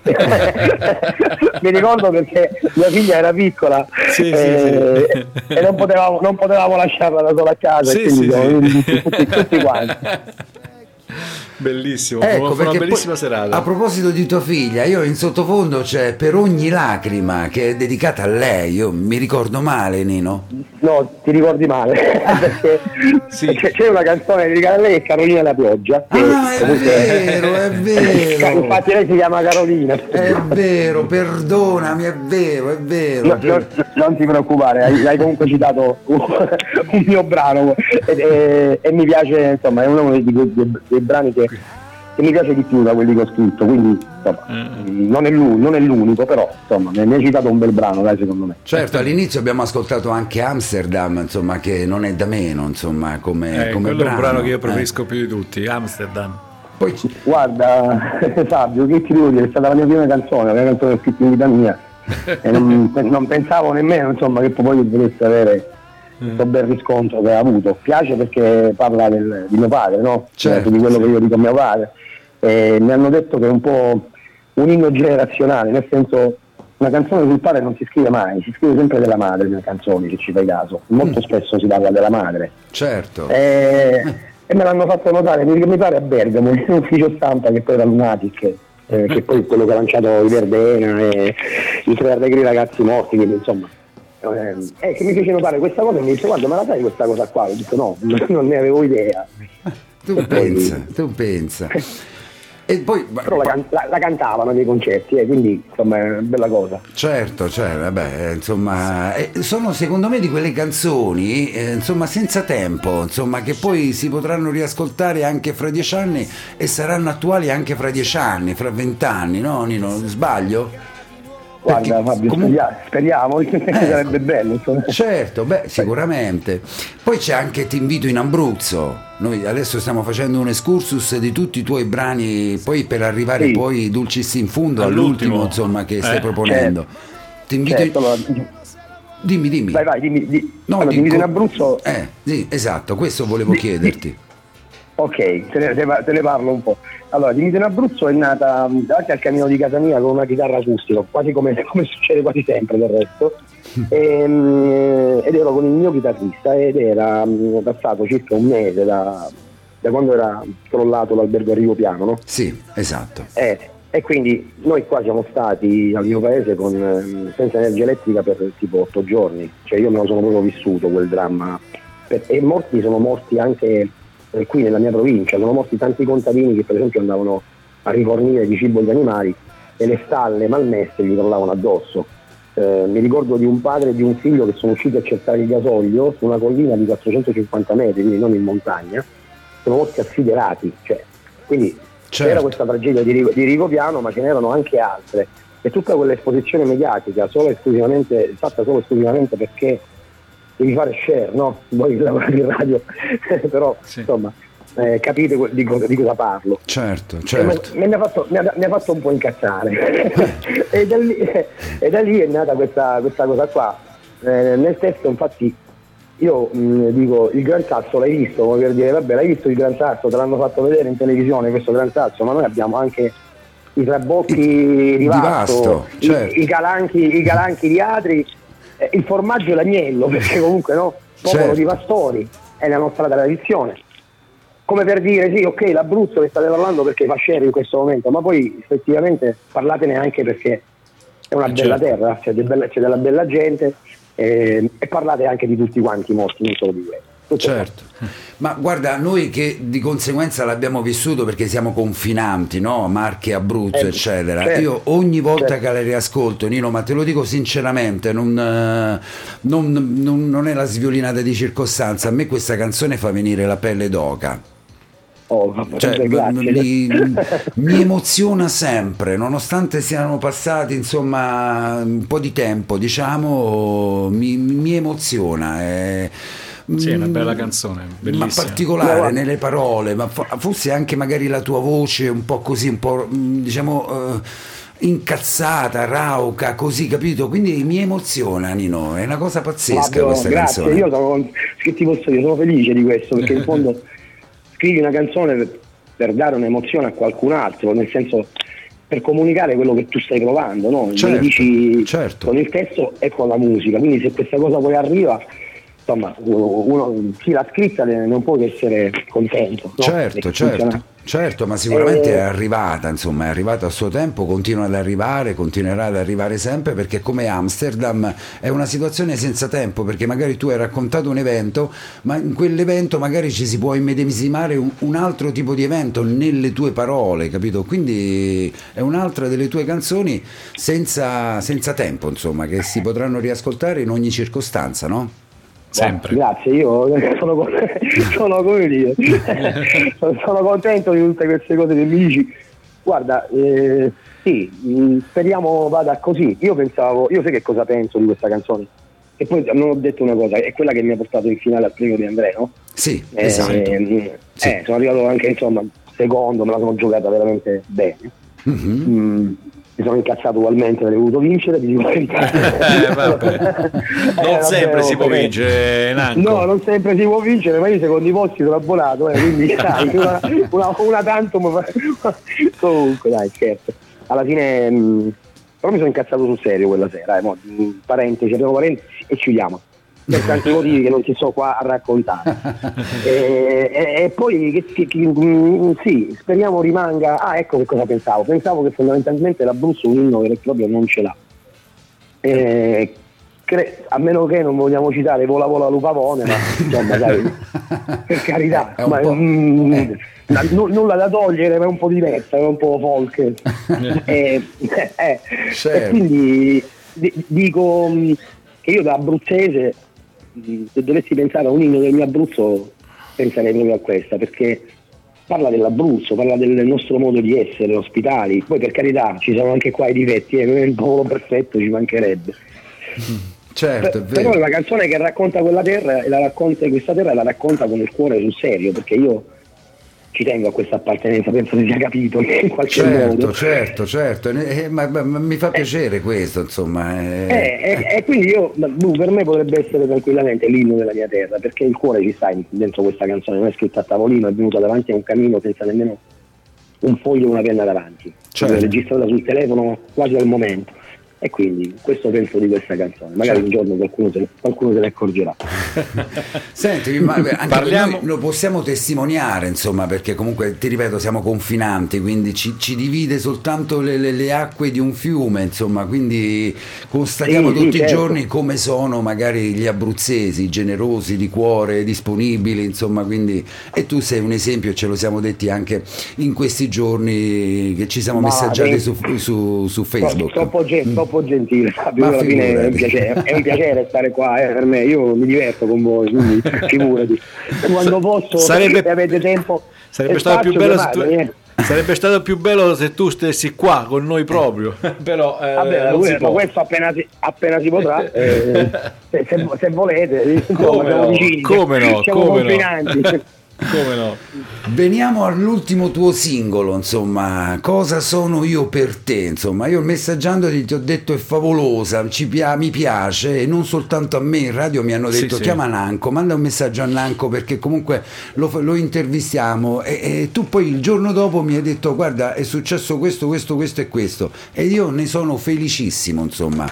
Mi ricordo perché mia figlia era piccola Sì, eh, sì, sì. e non potevamo, non potevamo lasciarla da sola a casa, Sì, e quindi sì, siamo sì. venuti tutti, tutti quanti. Bellissimo, Ecco, fu una perché bellissima poi, serata. a proposito di tua figlia, io in sottofondo c'è Per ogni lacrima che è dedicata a lei. Io mi ricordo male, Nino? No, ti ricordi male, perché Sì. c'è, c'è una canzone dedicata a lei, Carolina la pioggia. che Ah, è comunque- vero, è vero. Infatti lei si chiama Carolina. È vero, perdonami, è vero, è vero. No, no, non ti preoccupare, hai, hai comunque citato un, un mio brano e, e- e mi piace, insomma, è uno dei, dei- dei brani che, che mi piace di più da quelli che ho scritto, quindi insomma, non, è lui, non è l'unico, però insomma mi mi hai citato un bel brano, dai, secondo me. Certo, all'inizio abbiamo ascoltato anche Amsterdam, insomma, che non è da meno, insomma, come, Eh, come quello è un brano che io eh. preferisco più di tutti, Amsterdam. Poi ci- Guarda Fabio, che ti devo dire, è stata la mia prima canzone, la mia canzone che ho scritto in vita mia e non, non pensavo nemmeno, insomma, che poi potesse avere questo bel riscontro che ha avuto. Piace perché parla del, di mio padre, no? Certo, Di quello sì. che io dico a mio padre. E mi hanno detto che è un po' un inno generazionale, nel senso, una canzone sul padre non si scrive mai, si scrive sempre della madre nelle canzoni, se ci fai caso. Molto spesso si parla della madre. certo. E, e me l'hanno fatto notare, mi, mi pare a Bergamo, in un ufficio stampa che poi era Lunatic, eh, che poi è quello che ha lanciato i Verdena e i tre allegri ragazzi morti, quindi insomma. Eh, eh, che mi fece notare questa cosa e mi dice guarda, me la sai questa cosa qua? Ho detto no, non ne avevo idea. Tu E poi- pensa, tu pensa. E poi, Però la, can- la- la cantavano nei concerti, eh, quindi insomma è una bella cosa. certo, cioè, vabbè, insomma, eh, sono secondo me di quelle canzoni, eh, insomma, senza tempo, insomma, che poi si potranno riascoltare anche fra dieci anni e saranno attuali anche fra dieci anni, fra vent'anni, no, Nino? Sbaglio? Guarda Perché Fabio, comunque- speriamo, speriamo, sarebbe bello. Insomma. Certo, beh, sicuramente. Poi c'è anche Ti invito in Abruzzo. Noi adesso stiamo facendo un excursus di tutti i tuoi brani, poi per arrivare Sì. poi dulcis in fondo All'ultimo. all'ultimo, insomma, che stai Eh, proponendo. Ti invito Certo, in... allora, Dimmi, dimmi. vai vai, dimmi, di, No, allora, dico- dimmi in Abruzzo. Eh, sì, esatto, questo volevo chiederti. Ok, te ne, te, te ne parlo un po'. Allora, Dimitri in Abruzzo è nata mh, davanti al camino di casa mia con una chitarra acustica, quasi come, come succede quasi sempre del resto, e, mh, ed ero con il mio chitarrista ed era mh, passato circa un mese da, da quando era crollato l'albergo a Rivo Piano, no? Sì, esatto. Eh, e quindi noi qua siamo stati al mio paese con, ehm, senza energia elettrica per tipo otto giorni, cioè io me lo sono proprio vissuto quel dramma. Per- e morti sono morti anche eh, qui nella mia provincia, sono morti tanti contadini che per esempio andavano a rifornire di cibo agli animali e le stalle malmesse gli crollavano addosso. Eh, mi ricordo di un padre e di un figlio che sono usciti a cercare il gasolio su una collina di quattrocentocinquanta metri, quindi non in montagna, sono morti assiderati, cioè, quindi Certo. c'era questa tragedia di, Rigo- di Rigopiano, ma ce n'erano anche altre, e tutta quell'esposizione mediatica solo esclusivamente, fatta solo esclusivamente perché devi fare share, no? Voi lavorate in radio, però Sì. insomma eh, capite que- di, cosa- di cosa parlo. Certo, E certo. Mi, mi ha fatto, mi, ha, mi ha fatto un po' incazzare e, da lì, e da lì è nata questa, questa cosa qua. Eh, nel testo infatti io mh, dico il Gran Sasso l'hai visto, come per dire vabbè l'hai visto il Gran Sasso, te l'hanno fatto vedere in televisione questo Gran Sasso, ma noi abbiamo anche i trabocchi I- di Vasto, Vasto, i, certo. i calanchi, i calanchi di Atri, eh, il formaggio e l'agnello, perché comunque no, popolo Certo. di pastori, è la nostra tradizione. Come per dire sì, ok, l'Abruzzo che state parlando perché fa share in questo momento, ma poi effettivamente parlatene anche perché è una Eh, bella certo. terra, c'è, de bella, c'è della bella gente, eh, e parlate anche di tutti quanti i morti, non solo di quelli. Tutto Certo, ma guarda, noi che di conseguenza l'abbiamo vissuto perché siamo confinanti, no? Marche, Abruzzo, Eh, eccetera. certo, Io ogni volta certo. che la riascolto, Nino, ma te lo dico sinceramente, non, eh, non, non- non è la sviolinata di circostanza, a me questa canzone fa venire la pelle d'oca. Oh, vabbè, Cioè, grazie. mi, mi emoziona sempre, nonostante siano passati insomma un po' di tempo, diciamo, mi, mi emoziona. È, Sì, è una bella canzone, ma bellissima. particolare No, nelle parole, ma fo- forse anche magari la tua voce un po' così, un po' mh, diciamo eh, incazzata, rauca, così, capito? Quindi mi emoziona, Nino, è una cosa pazzesca Fabio, questa grazie, canzone. io sono, che ti posso dire, sono felice di questo, perché in fondo scrivi una canzone per, per dare un'emozione a qualcun altro, nel senso per comunicare quello che tu stai provando, no? Me Certo, lo dici certo. con il testo e con la musica, quindi se questa cosa poi arriva, insomma, uno, uno chi l'ha scritta non può che essere contento. No? Certo, Perché certo, funziona. certo, ma sicuramente Eh, è arrivata, insomma, è arrivata a suo tempo, continua ad arrivare, continuerà ad arrivare sempre, perché come Amsterdam è una situazione senza tempo, perché magari tu hai raccontato un evento, ma in quell'evento magari ci si può immedesimare un, un altro tipo di evento nelle tue parole, capito? Quindi è un'altra delle tue canzoni senza, senza tempo, insomma, che si potranno riascoltare in ogni circostanza, no? Sempre. Grazie, io sono, con- sono come dire, sono contento di tutte queste cose che mi dici. Guarda, eh, sì, mh, speriamo vada così. Io pensavo, io sai che cosa penso di questa canzone? E poi non ho detto una cosa, è quella che mi ha portato in finale al premio di Andrea, no? Sì, Eh, esatto. eh, Sì. eh, sono arrivato anche, insomma, secondo, me la sono giocata veramente bene. Mhm. Mm, mi sono incazzato ugualmente, avrei voluto vincere, ti dico la verità. Eh, vabbè. Non Eh, sempre vabbè, si può vabbè. vincere, Nanco. No, non sempre si può vincere, ma io i secondi posti sono abbonato, eh, quindi sai, una, una, una tantum. Comunque, dai, scherzo. Alla fine, mh, però mi sono incazzato sul serio quella sera, eh, mo, mh, parentesi, apriamo parentesi e chiudiamo. Per tanti motivi che non ti sto qua a raccontare. e, e, e poi che, che, che, mh, sì, speriamo rimanga. Ah, ecco che cosa pensavo. Pensavo che fondamentalmente l'Abruzzo un inno vero e proprio non ce l'ha. Eh, cre- a meno che non vogliamo citare Vola Vola Lupavone, ma insomma dai, per carità, È un ma, po'- mm, eh. na- nu- nulla da togliere, ma è un po' diversa, è un po' folk. Eh, eh, Certo. E quindi di- dico mm, che io da abruzzese, mm, se dovessi pensare a un inno del mio Abruzzo, penserei proprio a questa, perché parla dell'Abruzzo, parla del nostro modo di essere ospitali. Poi per carità ci sono anche qua i difetti, eh, non è il popolo perfetto, ci mancherebbe. Certo, è Per- però è vero. una canzone che racconta quella terra e la racconta questa terra e la racconta con il cuore sul serio, perché io ci tengo a questa appartenenza, penso si sia capito in qualche Certo, modo. certo, certo, Eh, ma, ma- ma mi fa piacere questo, insomma. eh. Eh, e, e quindi io, ma, boh, per me potrebbe essere tranquillamente l'inno della mia terra, perché il cuore ci sta in- dentro questa canzone, non è scritta a tavolino, è venuta davanti a un camino senza nemmeno un foglio e una penna davanti, Certo. è registrata sul telefono quasi al momento. E quindi questo penso di questa canzone, magari Certo. un giorno qualcuno se, qualcuno se ne accorgerà. Senti, ma anche Parliamo- noi lo possiamo testimoniare, insomma, perché comunque, ti ripeto, siamo confinanti, quindi ci, ci divide soltanto le, le- le acque di un fiume, insomma, quindi constatiamo Sì, sì, tutti i certo. giorni come sono magari gli abruzzesi, generosi, di cuore, disponibili, insomma, quindi, e tu sei un esempio, e ce lo siamo detti anche in questi giorni che ci siamo Ma messaggiati beh, su, su- su Facebook. Troppo, gen- troppo gentile, Fabio, Ma alla fine è un, figurati. piacere, è un piacere stare qua eh, per me, io mi diverto con voi, quindi figurati. Quando posso, Sarebbe- se avete tempo, Sarebbe e stato più spazio, bello se tu, chiamatemi, eh. sarebbe stato più bello se tu stessi qua con noi proprio. Però eh, Vabbè, non si questo, può. questo appena si, appena si potrà, eh, se, se- se volete, insomma, Come siamo no, vicini, come no, siamo come no. confinanti. Come no? Veniamo all'ultimo tuo singolo, insomma, Cosa sono io per te, insomma, io messaggiandoti ti ho detto è favolosa, ci pia- mi piace, e non soltanto a me, in radio mi hanno Sì, detto sì. chiama Nanco, manda un messaggio a Nanco perché comunque lo, fa- lo intervistiamo e, e tu poi il giorno dopo mi hai detto guarda è successo questo, questo, questo e questo e io ne sono felicissimo, insomma.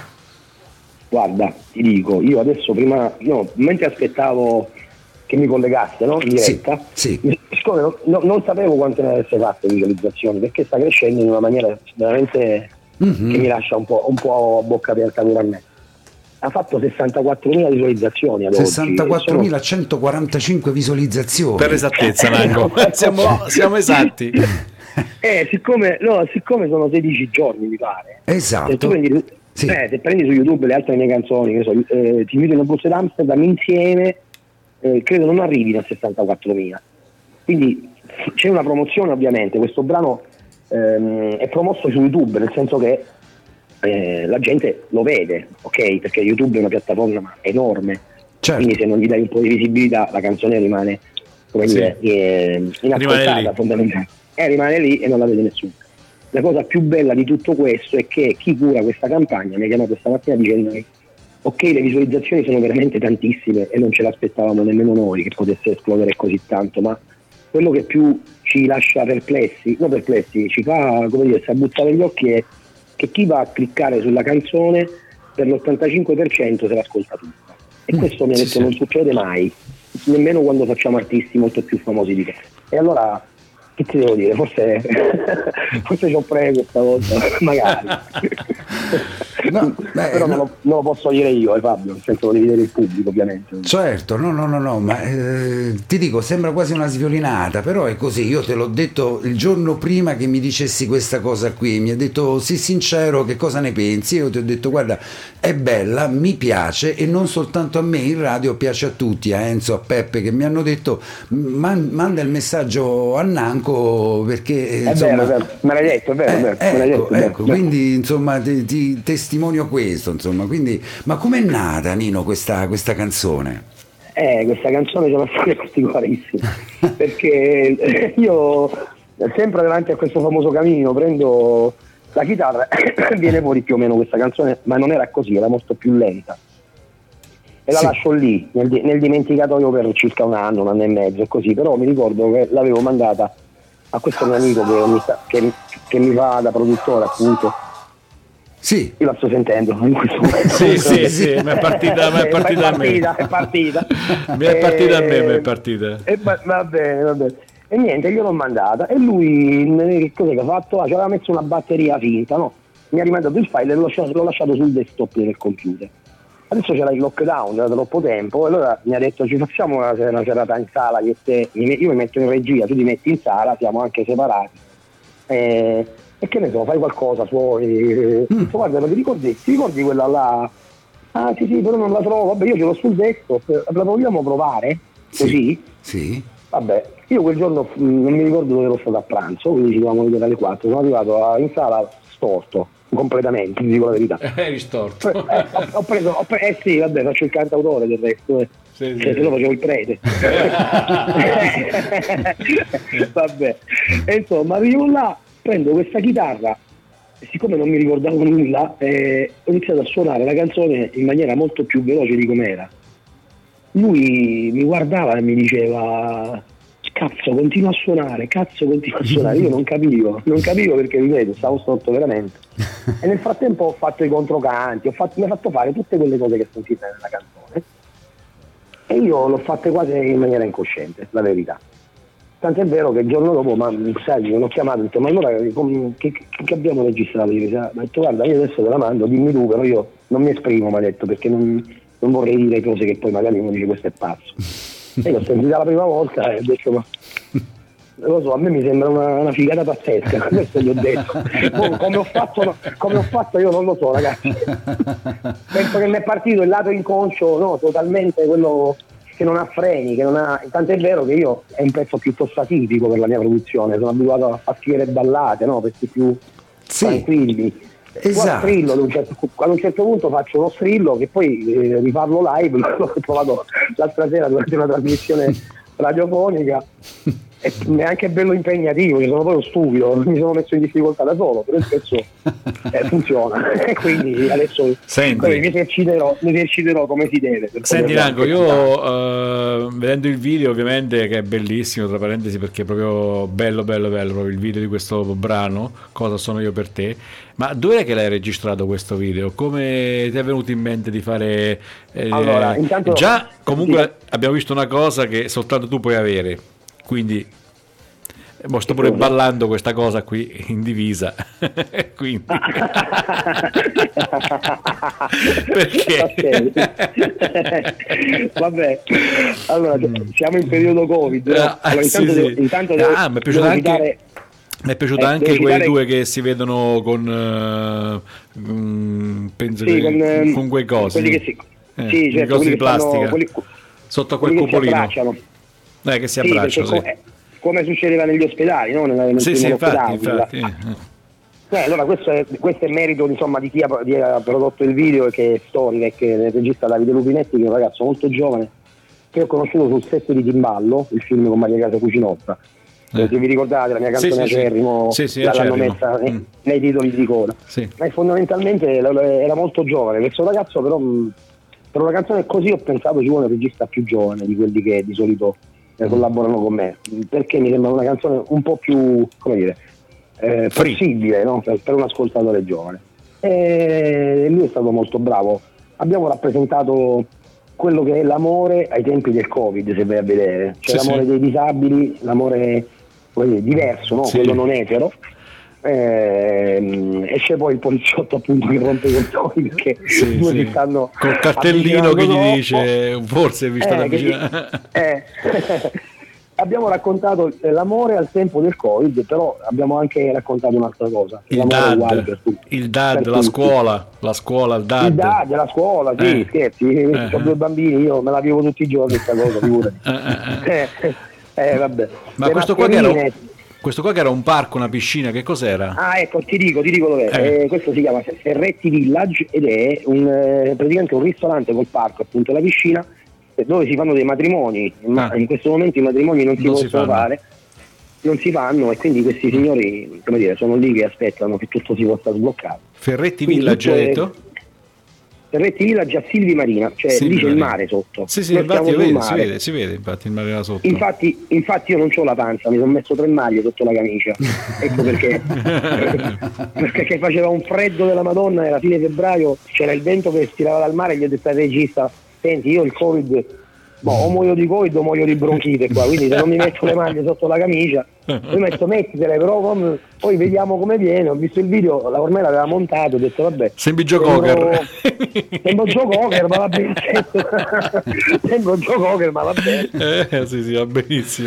Guarda, ti dico, io adesso prima, no, mentre aspettavo che mi collegaste, no, in diretta, Sì, mi- siccome non, no- non sapevo quante ne avesse fatte visualizzazioni, perché sta crescendo in una maniera veramente Mhm. che mi lascia un po', un po' a bocca aperta pure a me. ha fatto sessantaquattromila visualizzazioni ad oggi. sessantaquattromilacentoquarantacinque visualizzazioni. Per esattezza, Nango. siamo, siamo esatti. Eh, siccome, no, siccome sono sedici giorni, mi pare. Esatto. Se tu prendi, sì. eh, se prendi su YouTube le altre mie canzoni, che so, eh, Ti invito in una borsa d'Amsterdam, insieme, eh, credo non arrivino a sessantaquattromila. Quindi c'è una promozione, ovviamente. Questo brano ehm, è promosso su YouTube, nel senso che eh, la gente lo vede, ok? Perché YouTube è una piattaforma enorme, certo. Quindi se non gli dai un po' di visibilità la canzone rimane, come sì. dire, eh, inascoltata, fondamentalmente. Eh, rimane lì e non la vede nessuno. La cosa più bella di tutto questo è che chi cura questa campagna mi ha chiamato stamattina dicendo: ok, le visualizzazioni sono veramente tantissime e non ce l'aspettavamo nemmeno noi che potesse esplodere così tanto, ma quello che più ci lascia perplessi, no perplessi, ci fa, come dire, abbuzzare gli occhi, è che chi va a cliccare sulla canzone per l'ottantacinque per cento se l'ascolta tutta. E questo mi ha detto sì, non sì. succede mai, nemmeno quando facciamo artisti molto più famosi di te. E allora che ti devo dire, forse forse ci ho preso questa volta, magari. No, beh, però non, no. lo, non lo posso dire io, eh, Fabio, nel senso lo devi vedere il pubblico, ovviamente. Certo, no, no, no, no, ma eh, ti dico, sembra quasi una sviolinata, però è così. Io te l'ho detto il giorno prima che mi dicessi questa cosa qui, mi ha detto sii sincero, che cosa ne pensi? Io ti ho detto guarda, è bella, mi piace, e non soltanto a me, in radio piace a tutti, a Enzo, a Peppe, che mi hanno detto man, manda il messaggio a Nanco, perché è insomma, vero, è vero. Me l'hai detto, è vero, eh, è vero. ecco, me l'hai detto, ecco, vero. Quindi insomma ti, ti testimonio questo, insomma, quindi, ma com'è nata, Nino, questa, questa canzone? Eh, questa canzone c'è una storia particolarissima, perché io sempre davanti a questo famoso camino prendo la chitarra e viene fuori più o meno questa canzone, ma non era così, era molto più lenta. E la sì. lascio lì, nel, nel dimenticatoio per circa un anno, un anno e mezzo, e così, però mi ricordo che l'avevo mandata a questo mio amico che mi, sta, che, che mi fa da produttore, appunto. Sì. Io la sto sentendo in questo momento. Sì, sì, sì, mi è partita, mi è partita a me. È partita. Mi è partita a me, mi è partita. E va, va bene, va bene. E niente, io l'ho mandata e lui che cosa che ha fatto? Ah, ci aveva messo una batteria finta, no? Mi ha rimandato il file e l'ho lasciato, l'ho lasciato sul desktop del computer. Adesso c'era il lockdown da troppo tempo, e allora mi ha detto ci facciamo una, una serata in sala, che te, io mi metto in regia, tu ti metti in sala, siamo anche separati. E, e che ne so, fai qualcosa, suoni. Mm. Guarda, ma ti ricordi, ti ricordi quella là? Ah sì sì, però non la trovo, vabbè io ce l'ho sul desktop, la vogliamo provare? Così? Sì. sì. Vabbè, io quel giorno mh, non mi ricordo dove ero stato a pranzo, quindi ci dovevamo vedere alle quattro, sono arrivato a, in sala storto, completamente, ti dico la verità. Eri storto. Eh, ho, ho preso, ho pre- eh sì, vabbè, faccio il cantautore del resto, eh. Sì, sì. Se no facevo il prete. Vabbè, e insomma, arrivo là, prendo questa chitarra, e siccome non mi ricordavo nulla, eh, ho iniziato a suonare la canzone in maniera molto più veloce di com'era. Lui mi guardava e mi diceva cazzo continua a suonare, cazzo continua a suonare, io non capivo, non capivo perché ripeto, stavo sotto veramente. E nel frattempo ho fatto i controcanti, ho fatto, mi ha fatto fare tutte quelle cose che sentite nella canzone e io l'ho fatte quasi in maniera incosciente, la verità. Tant'è vero che il giorno dopo, ma sai, mi hanno chiamato e ho detto ma allora che, che abbiamo registrato? Mi ha detto guarda io adesso te la mando, dimmi tu, però io non mi esprimo, mi ha detto, perché non, non vorrei dire cose che poi magari uno dice questo è pazzo. E l'ho sentita la prima volta e ho detto ma non lo so, a me mi sembra una, una figata pazzesca, questo gli ho detto. Poi, come ho fatto no, come ho fatto io non lo so, ragazzi. Penso che mi è partito il lato inconscio, no, totalmente quello che non ha freni, che non ha. Tant'è vero che io è un pezzo piuttosto atipico per la mia produzione, sono abituato a scrivere ballate, no? Pezzi più sì. tranquilli. Esatto. Strillo, ad, un certo, ad un certo punto faccio uno strillo che poi eh, rifarlo live, l'ho trovato l'altra sera durante una trasmissione radiofonica e è anche bello impegnativo, io sono proprio stupido, mi sono messo in difficoltà da solo, però il pezzo eh, funziona e quindi adesso poi mi eserciterò, mi eserciterò come si deve. Senti Nango, io uh, vedendo il video ovviamente, che è bellissimo tra parentesi perché è proprio bello bello bello proprio il video di questo brano, Cosa sono io per te, ma dove è che l'hai registrato questo video? Come ti è venuto in mente di fare eh, allora, intanto, già comunque sì. abbiamo visto una cosa che soltanto tu puoi avere, quindi mo sto pure ballando questa cosa qui in divisa. Quindi perché vabbè, allora siamo in periodo Covid, no? Ah, allora, sì, intanto, sì. devo, intanto devo, Ah, mi è piaciuto devo anche citare- mi è piaciuto Eh, anche devo quei citare- due che si vedono con eh, mm, penso sì, che- con, ehm, con quei cosi quelli che si, Eh, sì, i certo, cosi quelli di che fanno- plastica quelli- sotto a quel quelli che si cupolino abbracciano. eh, che si Sì, abbracciano perché sì. co- eh, come succedeva negli ospedali, no? Nella- nel Sì, primo sì, infatti, lockdown, infatti la- eh. Eh, allora questo è, questo è merito insomma, di chi ha, di- ha prodotto il video e che è storica e che è il regista Davide Lupinetti, che è un ragazzo molto giovane che ho conosciuto sul set di Timballo, il film con Maria Casa Cucinotta. Eh. Se vi ricordate la mia Sì, canzone sì, sì. Acerrimo, Sì, sì, l'hanno Acerrimo. messa nei, Mm. nei titoli di coda. Sì. Ma fondamentalmente era molto giovane, questo ragazzo però mh, per una canzone così ho pensato ci vuole un regista più giovane di quelli che di solito eh, collaborano con me, perché mi sembra una canzone un po' più, come dire, eh, possibile, no? per, per un ascoltatore giovane. E lui è stato molto bravo. Abbiamo rappresentato quello che è l'amore ai tempi del Covid, se vai a vedere, cioè Sì, l'amore sì. dei disabili, l'amore come dire, diverso, no? Sì. Quello non etero. Ehm, e c'è poi il poliziotto appunto che rompe i coglioni perché Sì, due sì. si stanno Col cartellino che gli avvicinando dice troppo. forse vi state Eh, che gli- avvicinando eh. Abbiamo raccontato l'amore al tempo del Covid, però abbiamo anche raccontato un'altra cosa, che il l'amore è uguale dad per tutti. il dad Per la tutti. scuola la scuola il dad Il dad, la scuola, sì, Eh. scherzi, Eh. ho due bambini, io me la vivo tutti i giorni questa cosa, figurati. Eh, eh, eh. Eh, eh, vabbè. ma Le questo qua, che era, mascherine- questo qua che era un parco, una piscina, che cos'era? Ah, ecco, ti dico, ti dico dov'è. Eh. Eh, questo si chiama Ferretti Village ed è un, eh, praticamente un ristorante col parco, appunto la piscina, eh, dove si fanno dei matrimoni. Ma Ah. in questo momento i matrimoni non si Non si possono fanno. fare, non si fanno e quindi questi signori, come dire, sono lì che aspettano che tutto si possa sbloccare. Ferretti Quindi Village tutto hai è- detto? Ferretti Village a Silvi Marina, cioè Silvi lì c'è il Marina. mare sotto. Sì, sì, Noi infatti stiamo lo sul vede, si mare. vede, si vede infatti il mare là sotto. Infatti, infatti io non ho la panza, mi sono messo tre maglie sotto la camicia, ecco perché, perché faceva un freddo della Madonna, era fine febbraio, c'era il vento che stirava dal mare e gli ho detto al regista, senti io il Covid, boh, o muoio di Covid o muoio di bronchite qua, quindi se non mi metto le maglie sotto la camicia, io metto mettitele, però come- poi vediamo come viene, ho visto il video, la ormai l'aveva montato, ho detto vabbè. Sembri Joe sembro- Cocker. Sembro Joe Cocker, ma va bene. Sembro Joe Cocker, ma va bene. Eh, sì, sì, va benissimo.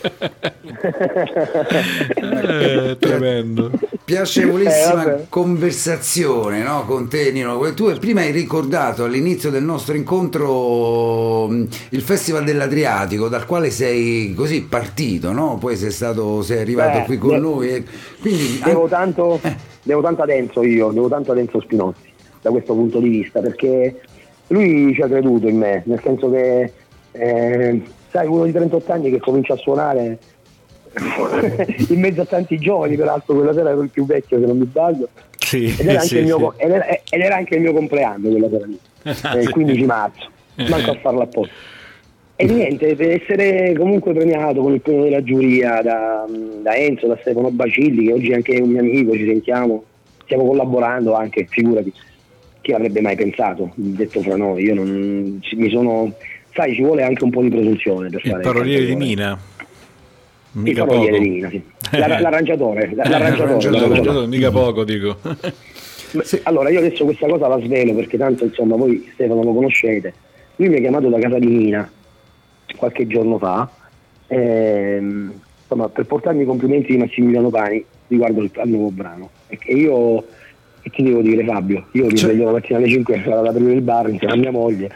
Eh, tremendo. Piacevolissima Eh, vabbè. conversazione, no, con te, Nino. Tu prima hai ricordato all'inizio del nostro incontro mh, il Festival dell'Adriatico, dal quale sei così partito, no? Poi sei stato, sei arrivato Beh, qui con de- noi. E quindi Devo tanto, devo tanto ad Enzo io, devo tanto ad Enzo Spinozzi da questo punto di vista, perché lui ci ha creduto in me, nel senso che eh, sai, uno di trentotto anni che comincia a suonare in mezzo a tanti giovani, peraltro quella sera ero il più vecchio se non mi sbaglio, Sì, ed era anche, sì, il, mio, sì. co- ed era, ed era anche il mio compleanno quella sera lì, Ah, eh, il sì. quindici marzo, manco a farlo apposta. E niente, per essere comunque premiato con il premio della giuria da, da Enzo, da Stefano Bacilli, che oggi è anche un mio amico, ci sentiamo, stiamo collaborando anche, figurati, chi avrebbe mai pensato, detto fra noi, io non ci- mi sono, sai, ci vuole anche un po' di presunzione per Il fare paroliere di cantautore. Mina. Il Mica paroliere poco. di Mina, sì. La- l'arrangiatore, la- l'arrangiatore, L'arrangiatore, mica poco, dico. Ma- Allora io adesso questa cosa la svelo perché tanto insomma voi Stefano lo conoscete, lui mi ha chiamato da casa di Mina qualche giorno fa ehm, insomma, per portarmi i complimenti di Massimiliano Pani riguardo il- al nuovo brano, e che io, che ti devo dire Fabio, io mi sveglio la mattina alle cinque e vado ad aprire il bar insieme a mia moglie.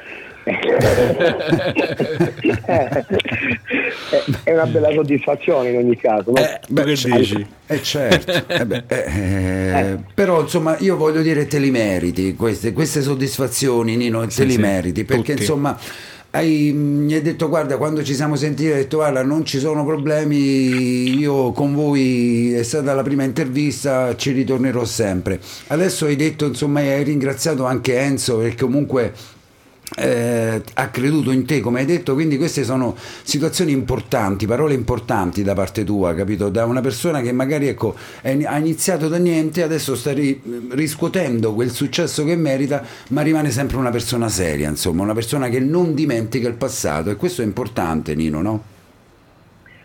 È una bella soddisfazione in ogni caso, no? Eh, beh, che c- dici? Eh certo, eh beh, eh, eh, però insomma io voglio dire te li meriti queste, queste soddisfazioni, Nino, te Sì, li sì, meriti perché tutti. insomma hai, mi hai detto guarda, quando ci siamo sentiti hai detto guarda non ci sono problemi, io con voi è stata la prima intervista, ci ritornerò sempre. Adesso hai detto insomma hai ringraziato anche Enzo perché comunque eh, ha creduto in te, come hai detto, quindi queste sono situazioni importanti, parole importanti da parte tua, capito? Da una persona che magari ecco è- ha iniziato da niente, adesso sta ri- riscuotendo quel successo che merita, ma rimane sempre una persona seria, insomma, una persona che non dimentica il passato, e questo è importante, Nino, no?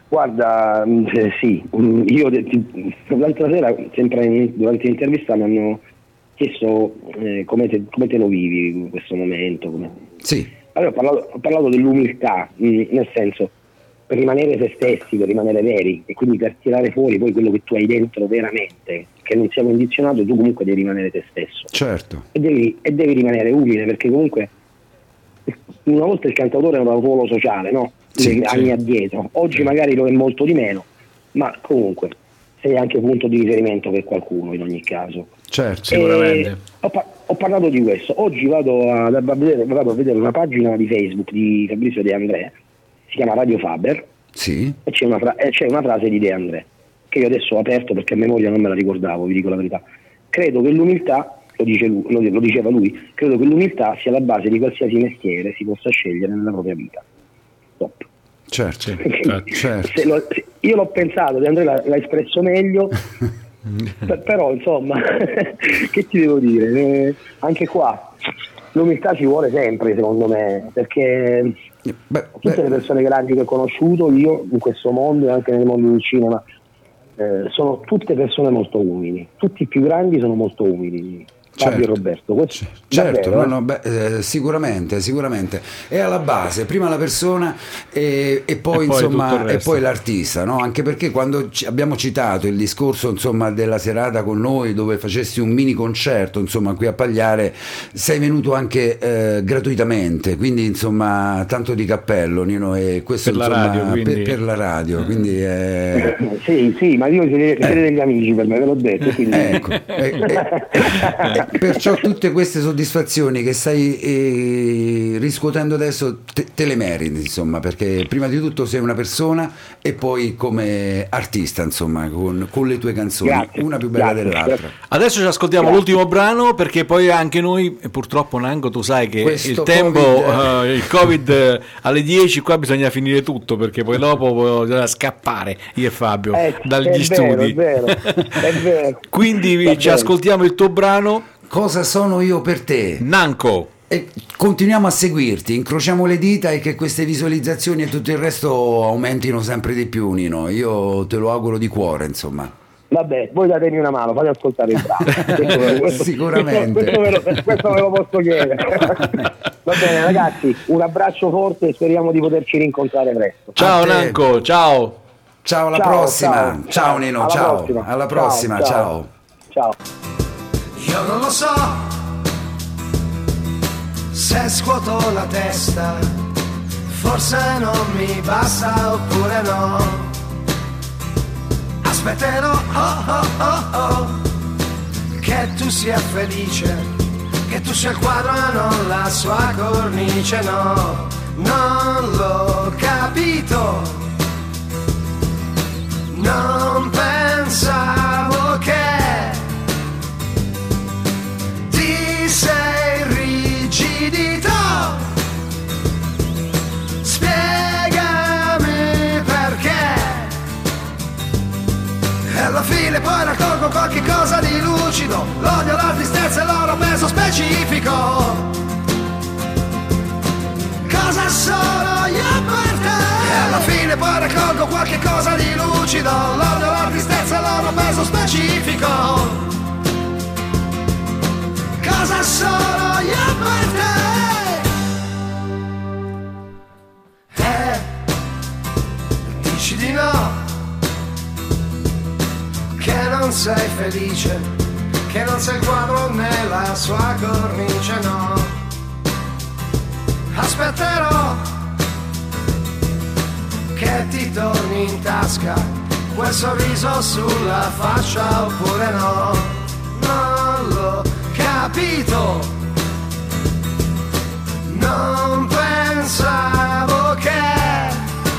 Guarda, eh, sì, mm, io de- ti- l'altra sera, sempre in- durante l'intervista, mi hanno chiesto eh, come, te, come te lo vivi in questo momento. Come... Sì. Allora, ho parlato, ho parlato dell'umiltà, mh, nel senso, per rimanere se stessi, per rimanere veri, e quindi per tirare fuori poi quello che tu hai dentro veramente, che non sia condizionato, tu comunque devi rimanere te stesso. Certo. E devi, e devi rimanere umile, perché comunque una volta il cantautore era un ruolo sociale, no? Sì, anni sì. addietro, oggi magari lo è molto di meno, ma comunque sei anche punto di riferimento per qualcuno in ogni caso. Certo. Sicuramente. E ho, pa- ho parlato di questo, oggi vado a, a vedere, vado a vedere una pagina di Facebook di Fabrizio De André, si chiama Radio Faber, Sì. e c'è una, fra- e c'è una frase di De André che io adesso ho aperto perché a memoria non me la ricordavo, vi dico la verità. Credo che l'umiltà, lo, dice lui, lo, lo diceva lui, credo che l'umiltà sia la base di qualsiasi mestiere si possa scegliere nella propria vita. Stop. Certo. certo. Se lo- se- io l'ho pensato, De André l'ha, l'ha espresso meglio, per- però insomma, che ti devo dire? Eh, anche qua l'umiltà ci vuole sempre, secondo me, perché Beh, tutte beh, le persone grandi che ho conosciuto io in questo mondo e anche nel mondo del cinema eh, sono tutte persone molto umili, tutti i più grandi sono molto umili. Fabio Certo. e Roberto, questo, Certo, davvero, no, eh? no, beh, eh, sicuramente, sicuramente è alla base, prima la persona e, e poi, E poi tutto insomma il e resto. poi l'artista, no? Anche perché quando ci- abbiamo citato il discorso insomma della serata con noi dove facessi un mini concerto insomma qui a Pagliare, sei venuto anche eh, gratuitamente, quindi insomma tanto di cappello Nino, e questo Per la insomma radio, quindi. per, per la radio, quindi eh, Sì, sì, ma io siete, siete degli amici per me, ve l'ho detto, quindi... ecco, e- e- e perciò tutte queste soddisfazioni che stai eh, riscuotendo adesso te, te le meriti, insomma, perché prima di tutto sei una persona e poi come artista, insomma, con, con le tue canzoni, Grazie, una più bella grazie, dell'altra. grazie. Adesso ci ascoltiamo Grazie. l'ultimo brano perché poi anche noi, e purtroppo Nango, tu sai che Questo il tempo, Covid- eh, il Covid eh, alle dieci qua bisogna finire tutto perché poi dopo bisogna scappare io e Fabio Eh, dagli è studi. vero, è vero, è vero. Quindi Va ci bene. ascoltiamo il tuo brano, Cosa sono io per te? Nanco. E continuiamo a seguirti, incrociamo le dita e che queste visualizzazioni e tutto il resto aumentino sempre di più, Nino. Io te lo auguro di cuore, insomma. Vabbè, voi datemi una mano, fate ascoltare il brano. Questo ve lo- questo- Sicuramente. Questo, questo, ve lo, questo ve lo posso chiedere. Va bene ragazzi, un abbraccio forte e speriamo di poterci rincontrare presto. Ciao A te. Nanco, ciao. Ciao, alla Ciao, prossima. ciao, Ciao, ciao. Nino, Alla ciao. prossima. Alla Ciao, prossima, ciao. ciao. Ciao. Io non lo so se scuoto la testa, forse non mi basta oppure no. Aspetterò oh oh oh oh che tu sia felice, che tu sia il quadro e non la sua cornice, no, non l'ho capito, non pensavo che ti sei rigidito. Spiegami perché. E alla fine poi raccolgo qualche cosa di lucido, l'odio, la tristezza e l'oro peso specifico. Cosa sono io per te? E alla fine poi raccolgo qualche cosa di lucido, l'odio, la tristezza e l'oro peso specifico. Cosa sono io per te? Eh, dici di no, che non sei felice, che non sei il quadro nella sua cornice, no. Aspetterò che ti torni in tasca quel sorriso sulla faccia oppure no. Non l'ho capito, non pensavo che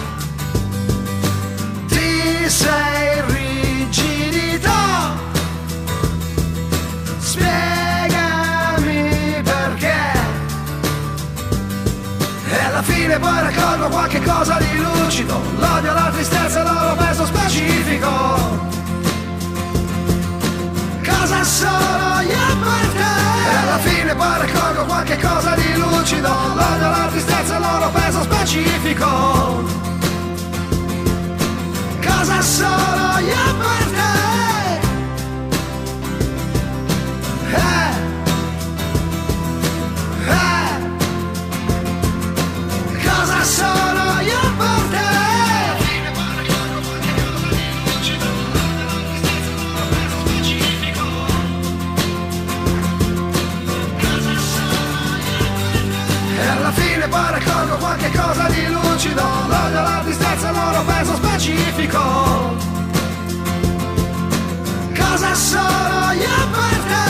ti sei rigidito. Spiegami perché. E alla fine poi raccolgo qualche cosa di lucido, l'odio, la tristezza e l'oro peso specifico. Cosa sono io per te? E alla fine poi raccolgo qualche cosa di lucido, l'odio, la tristezza e l'oro peso specifico. solo io per te. Eh, eh, cosa sono io per te? E alla fine poi raccolgo qualche cosa di lucido, l'odio, la tristezza, il loro peso specifico. Cosa sono io per te?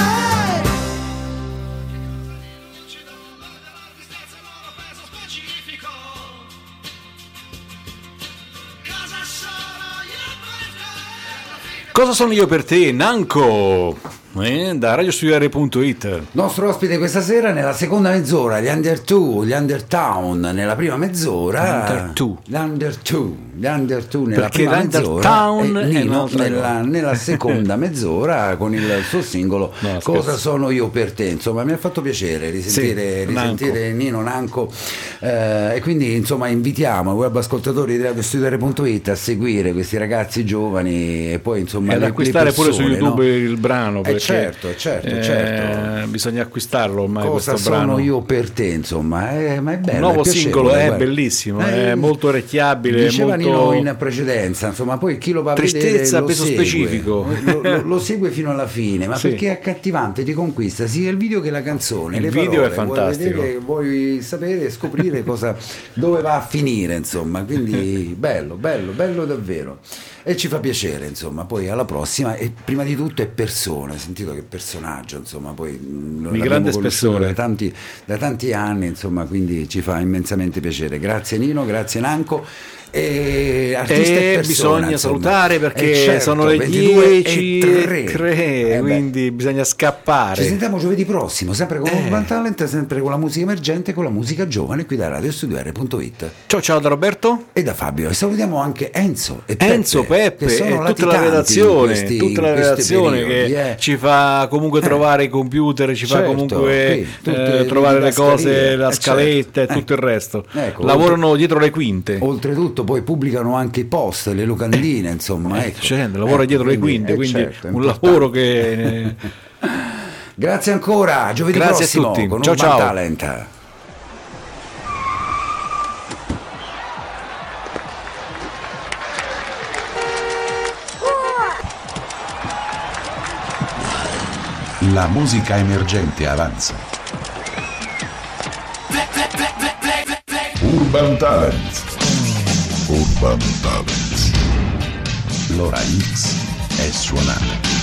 Cosa sono io per te, Nanco? Eh, da radiostudiare punto it. Nostro ospite questa sera nella seconda mezz'ora, gli Under Two, gli Undertown nella prima mezz'ora. Under Two. L'Under Two, gli Under Two nella Perché prima l'Undertown mezz'ora è e Nino un'altra nella, nella seconda mezz'ora con il suo singolo No, Cosa scherzo. sono io per te. Insomma, mi ha fatto piacere risentire, Sì, risentire Nanco. Nino Nanco eh, e quindi insomma invitiamo i web ascoltatori di radiostudiare punto it a seguire questi ragazzi giovani e poi insomma E ad le- le acquistare pure su persone, YouTube no? il brano, Eh, perché certo, certo, eh, certo. bisogna acquistarlo ormai. Cosa questo sono brano. io per te, insomma, eh, ma è bello. Un nuovo è piacevole, singolo, è guarda. bellissimo, Eh, è molto orecchiabile, Diceva molto... Nino in precedenza, insomma, poi chi lo va a Tristezza, vedere lo peso segue, specifico. lo, lo- lo segue fino alla fine, ma Sì. perché è accattivante, ti conquista sia il video che la canzone. Il le video è parole, fantastico. Vuoi, vedere, vuoi sapere e scoprire cosa, dove va a finire, insomma, quindi bello, bello, bello davvero. E ci fa piacere, insomma, poi alla prossima. E prima di tutto è persona, hai sentito che personaggio, insomma, poi mh, l'abbiamo grande conosciuto spessore. da tanti, da tanti anni, insomma, quindi ci fa immensamente piacere. Grazie Nino, grazie Nanco. E, artista e E persona, bisogna insomma. salutare perché Eh, certo, sono le ventidue dieci e e tre. tre, Eh beh. quindi bisogna scappare. Ci sentiamo giovedì prossimo, sempre con Eh. Urban Talent, sempre con la musica emergente, con la musica giovane, qui da radiostudiare punto it Ciao ciao da Roberto. e da Fabio. E salutiamo anche Enzo e Peppe, Enzo, Peppe che sono e tutta la latitanti in redazione, questi- tutta la in questi redazione periodi, che eh. ci fa comunque trovare i computer, ci fa Certo, comunque qui, tutte eh, trovare le cose, didascalie, la eh, scaletta certo. e tutto il resto. Ecco, Lavorano dietro le quinte. Oltretutto poi pubblicano anche i post, le locandine, insomma. Ecco. Cioè, lavora Ecco, dietro le quindi, quinte, eh, quindi certo, è un importante. lavoro che... Grazie ancora, giovedì Grazie a prossimo tutti. con Ciao, Urban ciao. Talent. La musica emergente avanza. Urban Talent. Urban Talent. L'ora X è suonata.